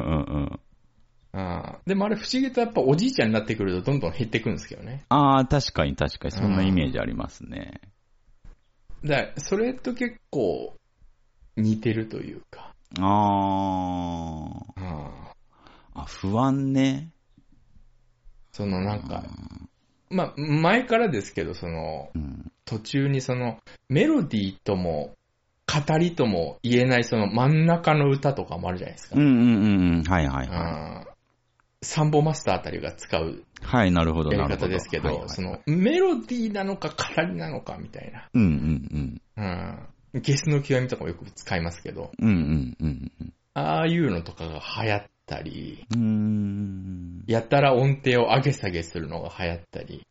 でもあれ不思議とやっぱおじいちゃんになってくるとどんどん減ってくるんですけどね。 確かにそんなイメージありますね。 だからそれと結構似てるというか。 不安ね。 そのなんか、まあ前からですけど、その、途中にそのメロディーとも語りとも言えないその真ん中の歌とかもあるじゃないですか。サンボマスターあたりが使うやり方ですけど、そのメロディーなのか語りなのかみたいな。ゲスの極みとかもよく使いますけど、ああいうのとかが流行ったり、やたら音程を上げ下げするのが流行ったり、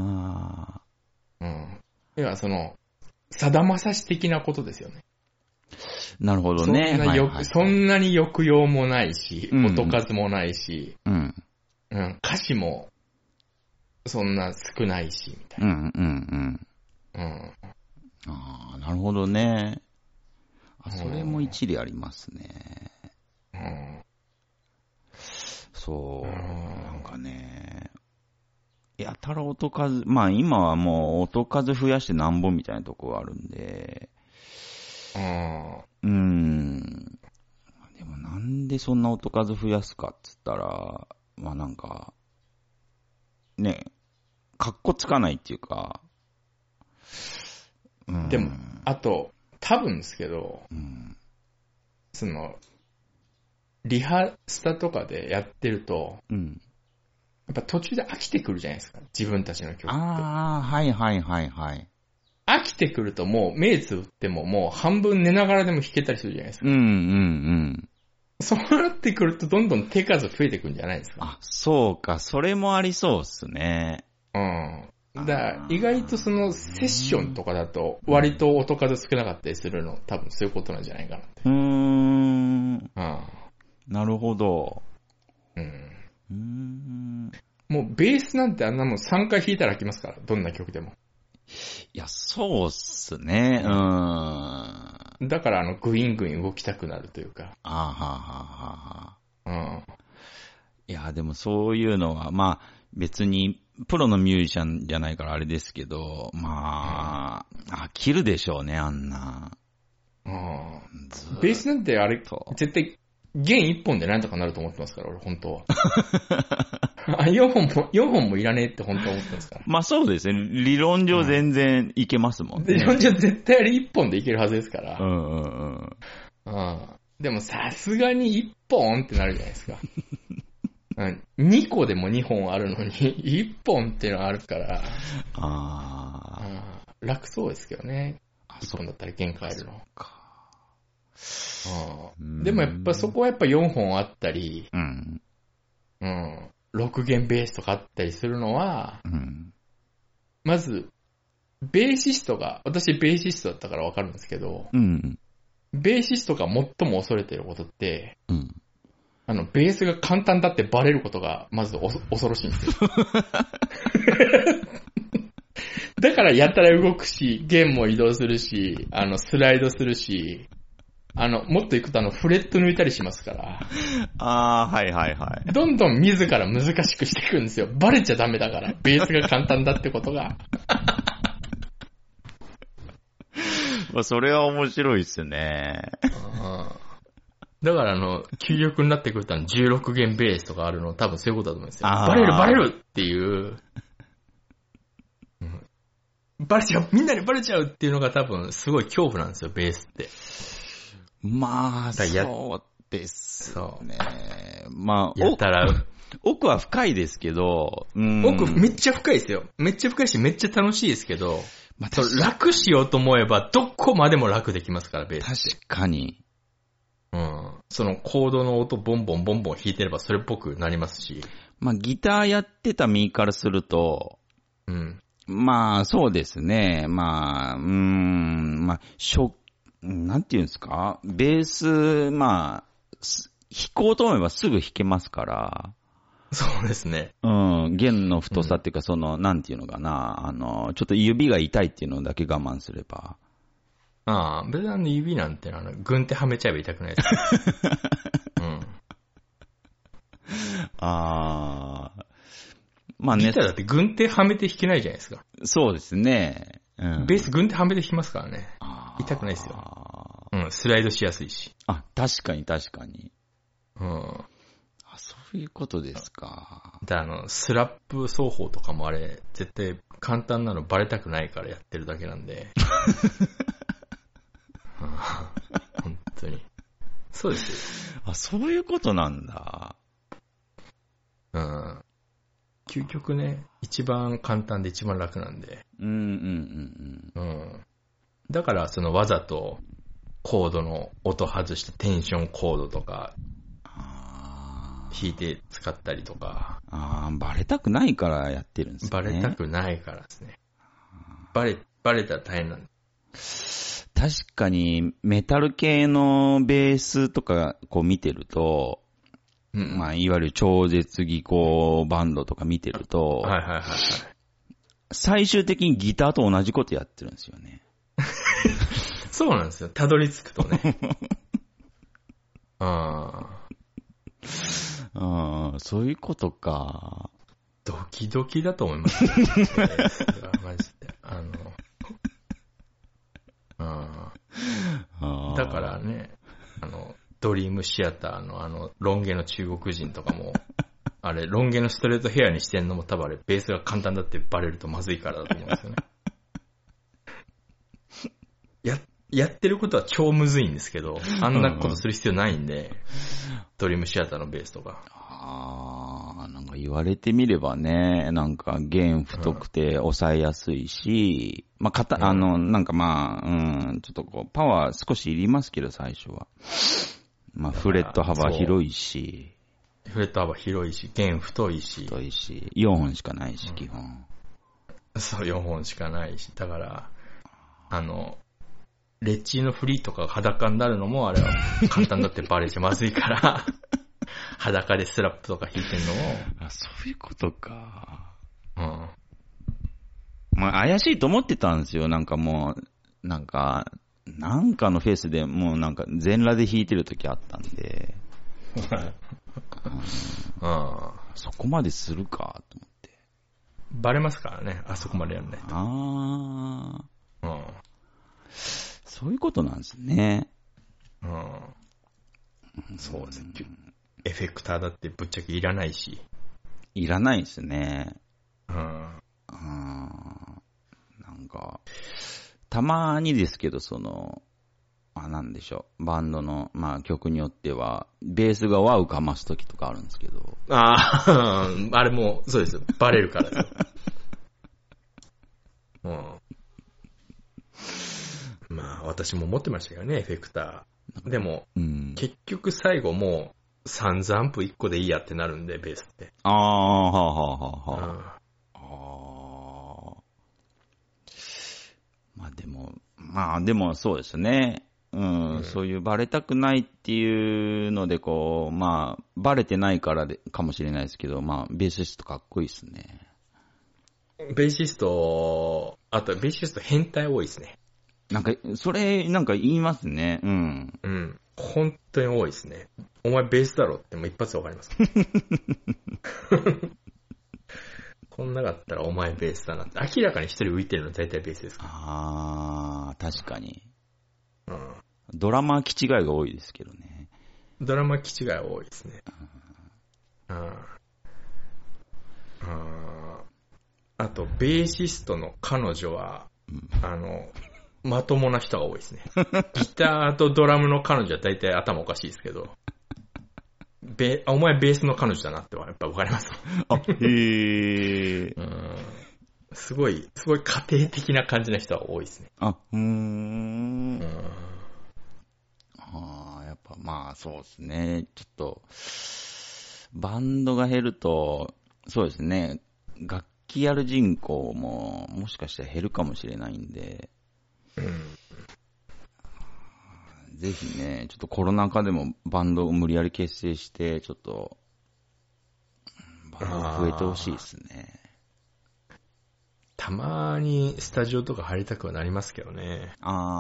要はその、さだまさし的なことですよね。 なるほどね。 そんなに抑揚もないし、音数もないし、歌詞も、 そんな少ないし、みたいな。 うんうんうん。 うん。 ああ、なるほどね。それも一理ありますね。 うん。 そう、なんかね。やたら音数、まあ今はもう音数増やしてなんぼみたいなとこがあるんで。でもなんでそんな音数増やすかっつったら、まあなんか、ね、かっこつかないっていうか。 でも、あと、多分ですけど、その、リハスタとかでやってると、やっぱ途中で飽きてくるじゃないですか。自分たちの曲って。 ああ、はいはいはいはい。 飽きてくるともう目つぶってももう半分寝ながらでも弾けたりするじゃないですか。そうなってくるとどんどん手数増えてくるんじゃないですか。 あ、そうか。それもありそうっすね。 だから意外とそのセッションとかだと割と音数少なかったりするの多分そういうことなんじゃないかなって。 なるほど。 もうベースなんてあんなもん3回弾いたら飽きますから、どんな曲でも。 いや、そうっすね。 だからグイングイン動きたくなるというか。 いや、でもそういうのは、まあ別にプロのミュージシャンじゃないからあれですけど、まあ、飽きるでしょうね、あんな。 ベースなんてあれ、絶対弦1本でなんとかなると思ってますから、俺本当は。4本もいらねえって本当は思ってますから。 まあそうですね。理論上全然いけますもんね。 理論上絶対あれ1本でいけるはずですから。でもさすがに1本ってなるじゃないですか。2個でも2本あるのに、1本っていうのがあるから、楽そうですけどね。1本だったら弦変えるの。でもやっぱそこはやっぱ4本あったり、6弦ベースとかあったりするのは、まず、ベーシストが、私ベーシストだったからわかるんですけど、ベーシストが最も恐れてることって、ベースが簡単だってバレることが、まず恐ろしいんですよ。だからやたら動くし、弦も移動するし、スライドするし、もっと行くとフレット抜いたりしますから。 はいはいはい。 どんどん自ら難しくしていくんですよ。バレちゃダメだから。ベースが簡単だってことが。 まあ、それは面白いっすね。 だから究極になってくると16弦ベースとかあるの多分そういうことだと思うんですよ。バレるっていう。バレちゃうみんなにバレちゃうっていうのが多分すごい恐怖なんですよ、ベースって。 まあ、そうですね。まあ、 やったら、 奥は深いですけど、 奥めっちゃ深いですよ。めっちゃ深いし、めっちゃ楽しいですけど、楽しようと思えば、どこまでも楽できますから、ベースって。 確かに。 そのコードの音ボンボンボンボン弾いてればそれっぽくなりますし。 まあ、ギターやってた身からすると、まあ、そうですね。まあ、まあ、なんていうんですか？ベース、まあ、弾こうと思えばすぐ弾けますから。 そうですね。 弦の太さっていうか、なんていうのかな、ちょっと指が痛いっていうのだけ我慢すれば。 別に指なんて軍手はめちゃえば痛くないですか。まあね。ギターだって軍手はめて弾けないじゃないですか。 そうですね。 ベース軍手はめて弾きますからね。痛くないですよ。スライドしやすいし。 確かに確かに。そういうことですか。 スラップ奏法とかもあれ、絶対簡単なのバレたくないからやってるだけなんで。本当に。そうですよ。 そういうことなんだ。 究極ね、一番簡単で一番楽なんで。だからわざとコードの音外してテンションコードとか弾いて使ったりとか。 バレたくないからやってるんですね。 バレたくないからですね。バレたら大変なんで。 確かにメタル系のベースとかこう見てると、 まあ、いわゆる超絶技巧バンドとか見てると、 はいはいはいはい。 最終的にギターと同じことやってるんですよね。 そうなんですよ。たどり着くとね。 そういうことか。 ドキドキだと思いますね。マジで。だからね、ドリームシアターのロン毛の中国人とかも、あれ、ロン毛のストレートヘアにしてんのも多分あれ、ベースが簡単だってバレるとまずいからだと思うんですよね。やってることは超むずいんですけど、あんなことする必要ないんで、ドリームシアターのベースとか。 なんか言われてみればね、なんか弦太くて抑えやすいし、まあ、なんかまあ、ちょっとこう、パワー少しいりますけど、最初は。まあ、フレット幅広いし。 フレット幅広いし、弦太いし。 太いし、4本しかないし、基本。 そう、4本しかないし。だから、レッチーのフリーとかが裸になるのも、あれは簡単だってバレちゃまずいから、裸でスラップとか弾いてんのも。 そういうことか。 うん。 まあ、怪しいと思ってたんですよ。なんかもう、なんかのフェスでもうなんか全裸で弾いてる時あったんで。そこまでするかと思って。 バレますからね、あそこまでやんないと。 そういうことなんですね。 そうですね。エフェクターだってぶっちゃけいらないし。 いらないですね。 なんか、たまにですけど、なんでしょう。バンドの、まあ曲によっては、ベースが輪をかますときとかあるんですけど。 あれも、そうですよ。バレるからですよ。まあ、私も持ってましたけどね、エフェクター。でも、結局最後もう、サンズアンプ1個でいいやってなるんで、ベースって。 まあでもそうですね。そういうバレたくないっていうので、こう、まあ、バレてないからかもしれないですけど、まあ、ベーシストかっこいいですね。 ベーシスト変態多いですね。 なんか、それ、なんか言いますね。 本当に多いですね。お前ベースだろってもう一発でわかります。こんなかったらお前ベースだなって。明らかに一人浮いてるの大体ベースですから。 確かに。ドラマー気違いが多いですけどね。 ドラマー気違い多いですね。あと、ベーシストの彼女は、まともな人が多いですね。ギターとドラムの彼女は大体頭おかしいですけど、お前ベースの彼女だなってはやっぱ分かります。すごい家庭的な感じの人が多いですね。 やっぱまあそうですね。ちょっと、バンドが減ると、そうですね。楽器やる人口ももしかしたら減るかもしれないんで、ぜひね、ちょっとコロナ禍でもバンドを無理やり結成して、ちょっと、バンドが増えてほしいですね。 たまにスタジオとか入りたくはなりますけどね。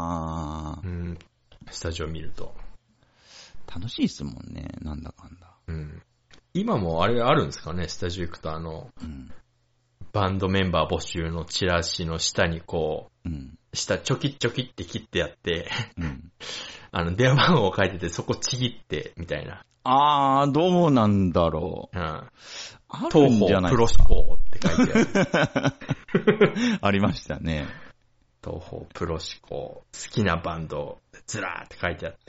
スタジオ見ると。 楽しいですもんね、なんだかんだ。 今もあれあるんですかね、スタジオ行くとバンドメンバー募集のチラシの下にこう、下ちょきちょきって切ってやって、電話番号を書いててそこちぎって、みたいな。 どうなんだろう。 東方プロ志向って書いてある。 ありましたね。 東方プロ志向、好きなバンド、ずらーって書いてあって。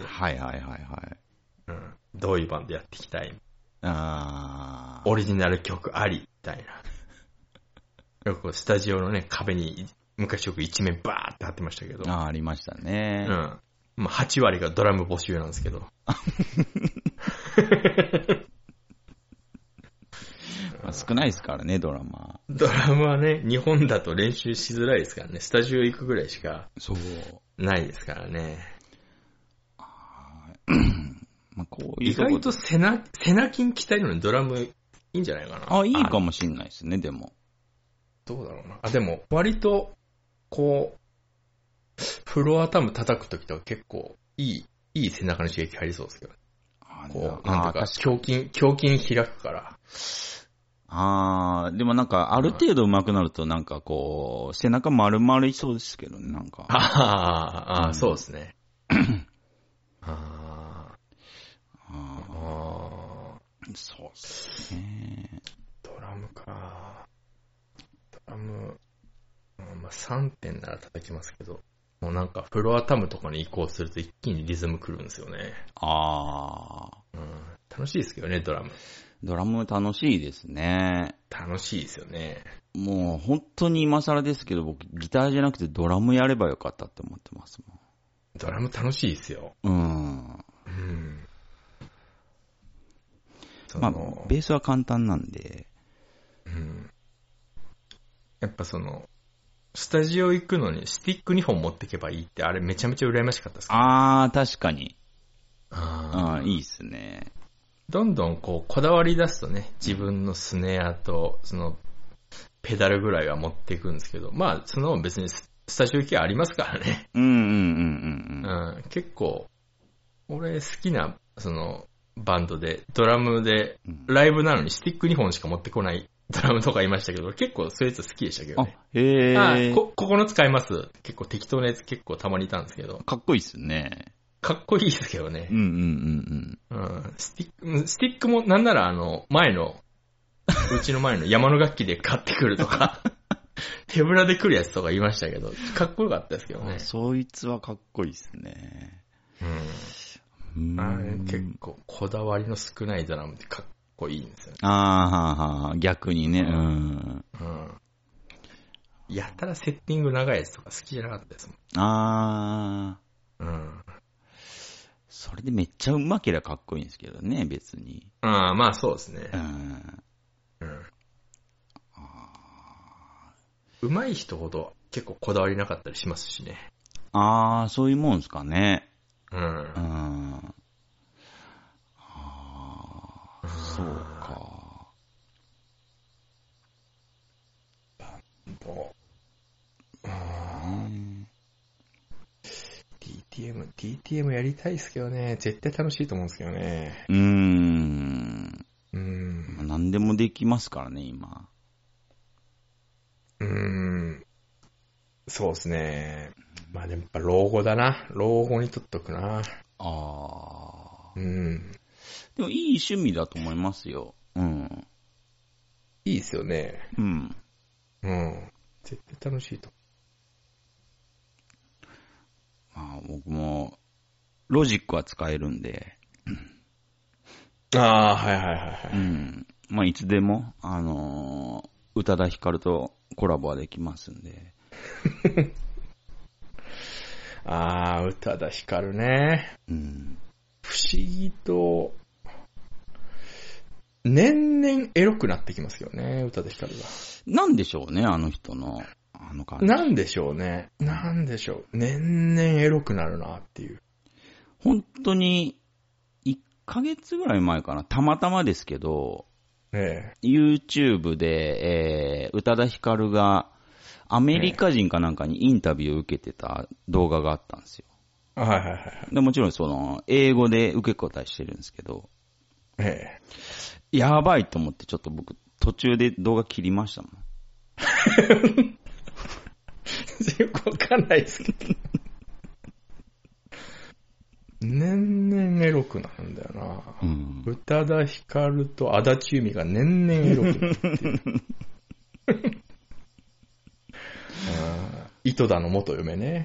どういうバンドやっていきたい？オリジナル曲あり、みたいな。よくスタジオのね、壁に昔よく一面バーって貼ってましたけど。 ありましたね。 まあ、8割がドラム募集なんですけど。 少ないですからね、ドラマ。 ドラムはね、日本だと練習しづらいですからね。スタジオ行くぐらいしかないですからね。 まあ、こういうとこ意外と背中筋鍛えるのにドラムいいんじゃないかな。 あ、いいかもしんないですね、でも。 どうだろうな。でも、割と、こう、フロアタム叩くときとか結構、いい背中の刺激入りそうですけど。こう、なんていうか、胸筋開くから。 でもなんか、ある程度上手くなると、なんかこう、背中丸々いそうですけどね、なんか。 そうですね。 そうっすね。 ドラムか。ドラム、まあ、3点なら叩きますけど、もうなんかフロアタムとかに移行すると一気にリズムくるんですよね。楽しいですけどね、ドラム。 ドラム楽しいですね。 楽しいですよね。 もう本当に今更ですけど、僕ギターじゃなくてドラムやればよかったって思ってますもん。 ドラム楽しいですよ。 まあ、ベースは簡単なんで。 やっぱスタジオ行くのにスティック2本持ってけばいいって、あれめちゃめちゃ羨ましかったですね。 確かに。いいっすね。 どんどんこう、こだわり出すとね、自分のスネアと、ペダルぐらいは持っていくんですけど、まあ、別にスタジオ行きはありますからね。結構、俺好きな、バンドで、ドラムで、ライブなのにスティック2本しか持ってこないドラムとかいましたけど、結構そういうやつ好きでしたけどね。ここの使います。結構適当なやつ結構たまにいたんですけど。 かっこいいっすね。 かっこいいですけどね。スティックもなんならうちの前の山の楽器で買ってくるとか、手ぶらで来るやつとか言いましたけど、かっこよかったですけどね。 そいつはかっこいいっすね。 結構こだわりの少ないドラムってかっこいいんですよね。 逆にね。 やたらセッティング長いやつとか好きじゃなかったですもん。 それでめっちゃ上手けりゃかっこいいんですけどね、別に。 まあそうですね。上手い人ほど結構こだわりなかったりしますしね。 そういうもんですかね。そうか。 DTM やりたいですけどね。絶対楽しいと思うんですけどね。 何でもできますからね、今。 そうですね。まあでもやっぱ老後だな。老後にとっとくな。 でもいい趣味だと思いますよ。 いいですよね。絶対楽しいと。 まあ僕も、ロジックは使えるんで。まあいつでも、宇多田ヒカルとコラボはできますんで。 宇多田ヒカルね。不思議と、年々エロくなってきますよね、宇多田ヒカルが。 なんでしょうね、あの人の、感じ。 なんでしょうね。年々エロくなるなっていう。 本当に、1ヶ月ぐらい前かな、たまたまですけど、YouTube で、宇多田ヒカルが、アメリカ人かなんかにインタビューを受けてた動画があったんですよ。でもちろん英語で受け答えしてるんですけど、やばいと思ってちょっと僕途中で動画切りましたもん。 よくわかんないですけど。年々エロくなるんだよな。宇多田ヒカルと足立由美が年々エロくなるっていう。井戸田の元嫁ね。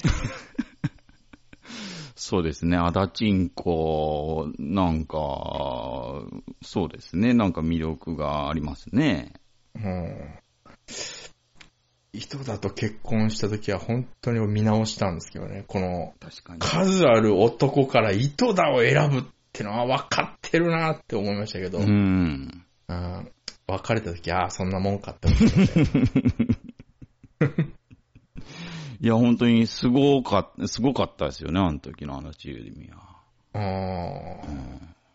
そうですね、足立んこ、なんか、そうですね、なんか魅力がありますね。 井戸田と結婚した時は本当に見直したんですけどね、この数ある男から井戸田を選ぶってのは分かってるなって思いましたけど、別れた時、そんなもんかって思いました。 いや、本当にすごかったですよね、あの時の足立由美は。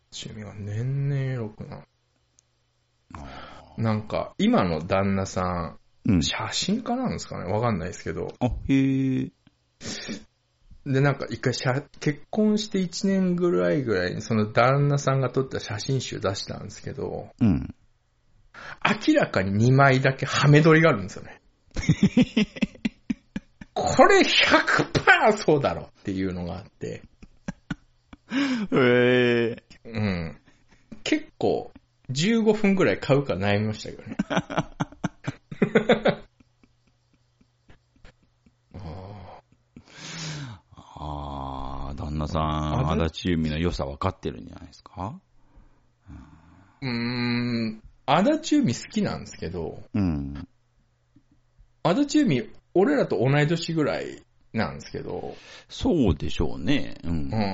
趣味は年々エロくな。なんか、今の旦那さん、写真家なんですかねわかんないですけど。 あ、へえ。 で、なんか一回結婚して1年ぐらいにその旦那さんが撮った写真集出したんですけど、 うん。 明らかに2枚だけハメ撮りがあるんですよね。これ 100% そうだろっていうのがあって。 へえ。 うん。結構15分ぐらい買うか悩みましたけどね。 旦那さん、足立由美の良さ分かってるんじゃないですか？ 足立由美好きなんですけど、 うん。 足立由美、俺らと同い年ぐらいなんですけど、 そうでしょうね。うん。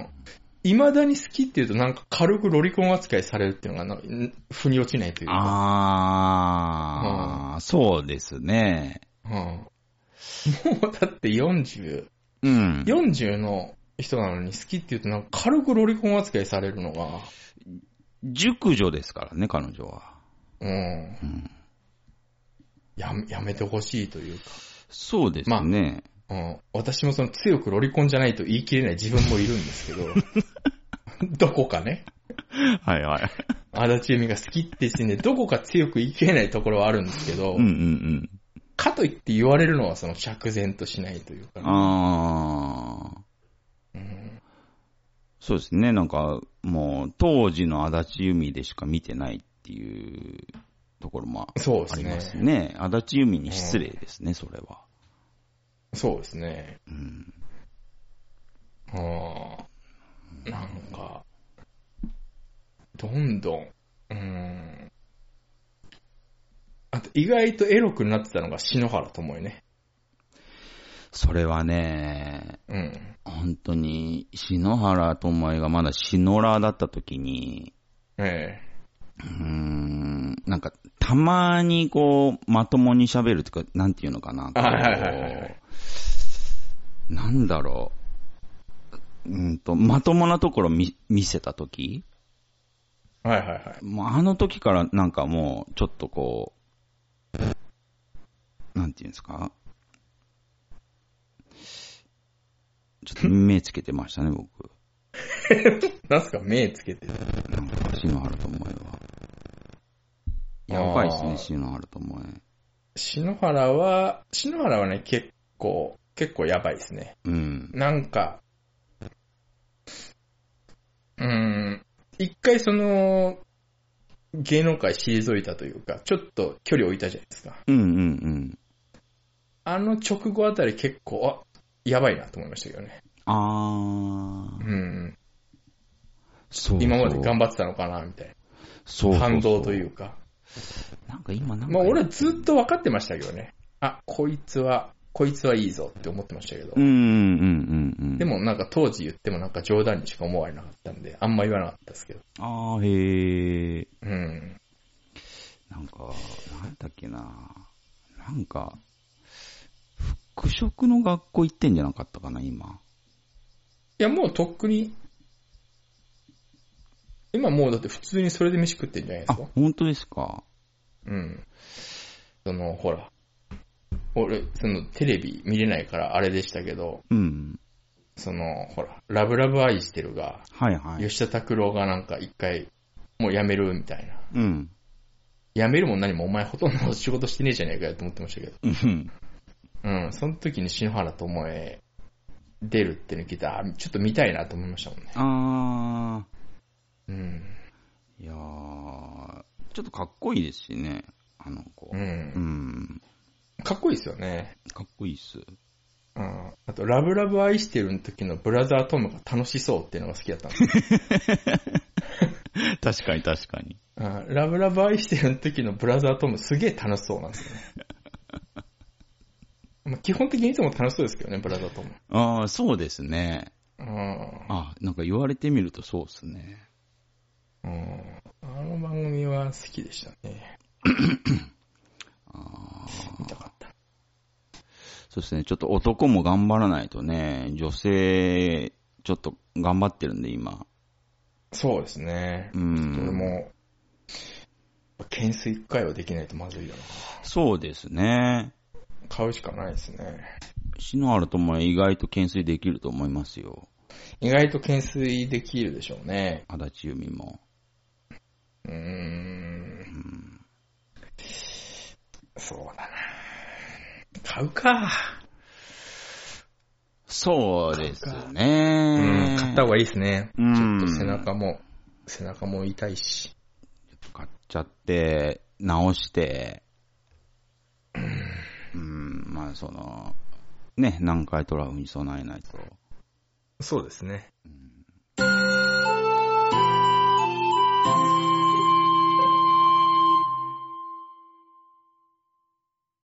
未だに好きって言うとなんか軽くロリコン扱いされるっていうのが腑に落ちないというか。 そうですね。 もうだって40の人なのに好きって言うとなんか軽くロリコン扱いされるのが。 熟女ですからね、彼女は。 やめてほしいというか。 そうですね。 私もその強くロリコンじゃないと言い切れない自分もいるんですけど、どこかね。 はいはい。 足立由美が好きって時点でどこか強く言い切れないところはあるんですけど、かといって言われるのはその釈然としないというか、ね。 そうですね。なんか、もう、当時の足立由美でしか見てないっていうところもありますね。足立由美に失礼ですね、それは。 そうですね。なんか、どんどん、あと意外とエロくなってたのが篠原ともえね。 それはね、本当に、篠原ともえがまだシノラーだった時に、なんか、たまにこう、まともに喋るとか、なんていうのかな。なんだろう。まともなところ見せた時、もうあの時からなんかもう、ちょっとこう、なんていうんですか。ちょっと目つけてましたね、僕。 なんすか、目つけてる。 なんか、篠原ともえは。やばいですね、篠原ともえ。 篠原はね、結構やばいですね。なんか、一回その、芸能界退いたというか、ちょっと距離置いたじゃないですか。あの直後あたり結構、やばいなと思いましたけどね。そう。今まで頑張ってたのかな、みたいな。反動というか。 なんか今まあ俺はずっと分かってましたけどね。こいつはいいぞって思ってましたけど。でもなんか当時言ってもなんか冗談にしか思われなかったんで、あんま言わなかったですけど。 へえ。なんか、なんだっけな。なんか、服飾の学校行ってんじゃなかったかな、今。 いや、もうとっくに、今もうだって普通にそれで飯食ってんじゃないですか。 本当ですか。 ほら。俺、テレビ見れないからあれでしたけど、ほら、ラブラブ愛してるが、吉田拓郎がなんか一回、もう辞めるみたいな。辞めるも何もお前ほとんど仕事してねえじゃねえかよと思ってましたけど。その時に篠原ともえ出るっての聞いたら、ちょっと見たいなと思いましたもんね。 いやー、ちょっとかっこいいですしね、あの子。 かっこいいですよね。 かっこいいっす。 あと、ラブラブ愛してるの時のブラザートムが楽しそうっていうのが好きだったんですよ。 確かに確かに。 ラブラブ愛してるの時のブラザートムすげえ楽しそうなんですよね。基本的にいつも楽しそうですけどね、ブラザートム。 そうですね。なんか言われてみるとそうですね。 あの番組は好きでしたね。見たかった。 そうですね、ちょっと男も頑張らないとね、女性、ちょっと頑張ってるんで今。 そうですね。 うちょっと俺ん。 も、懸垂1回はできないとまずいよな。 そうですね。 買うしかないですね。 篠原とも意外と懸垂できると思いますよ。 意外と懸垂できるでしょうね。 足立由美も。 うーん。そうだな。買うか。 そうですうん、 ね。 買った方がいいですね。 うん。 ちょっと背中も痛いし。 買っちゃって、直して、まあね、南海トラフに備えないと。 そうですね。 うん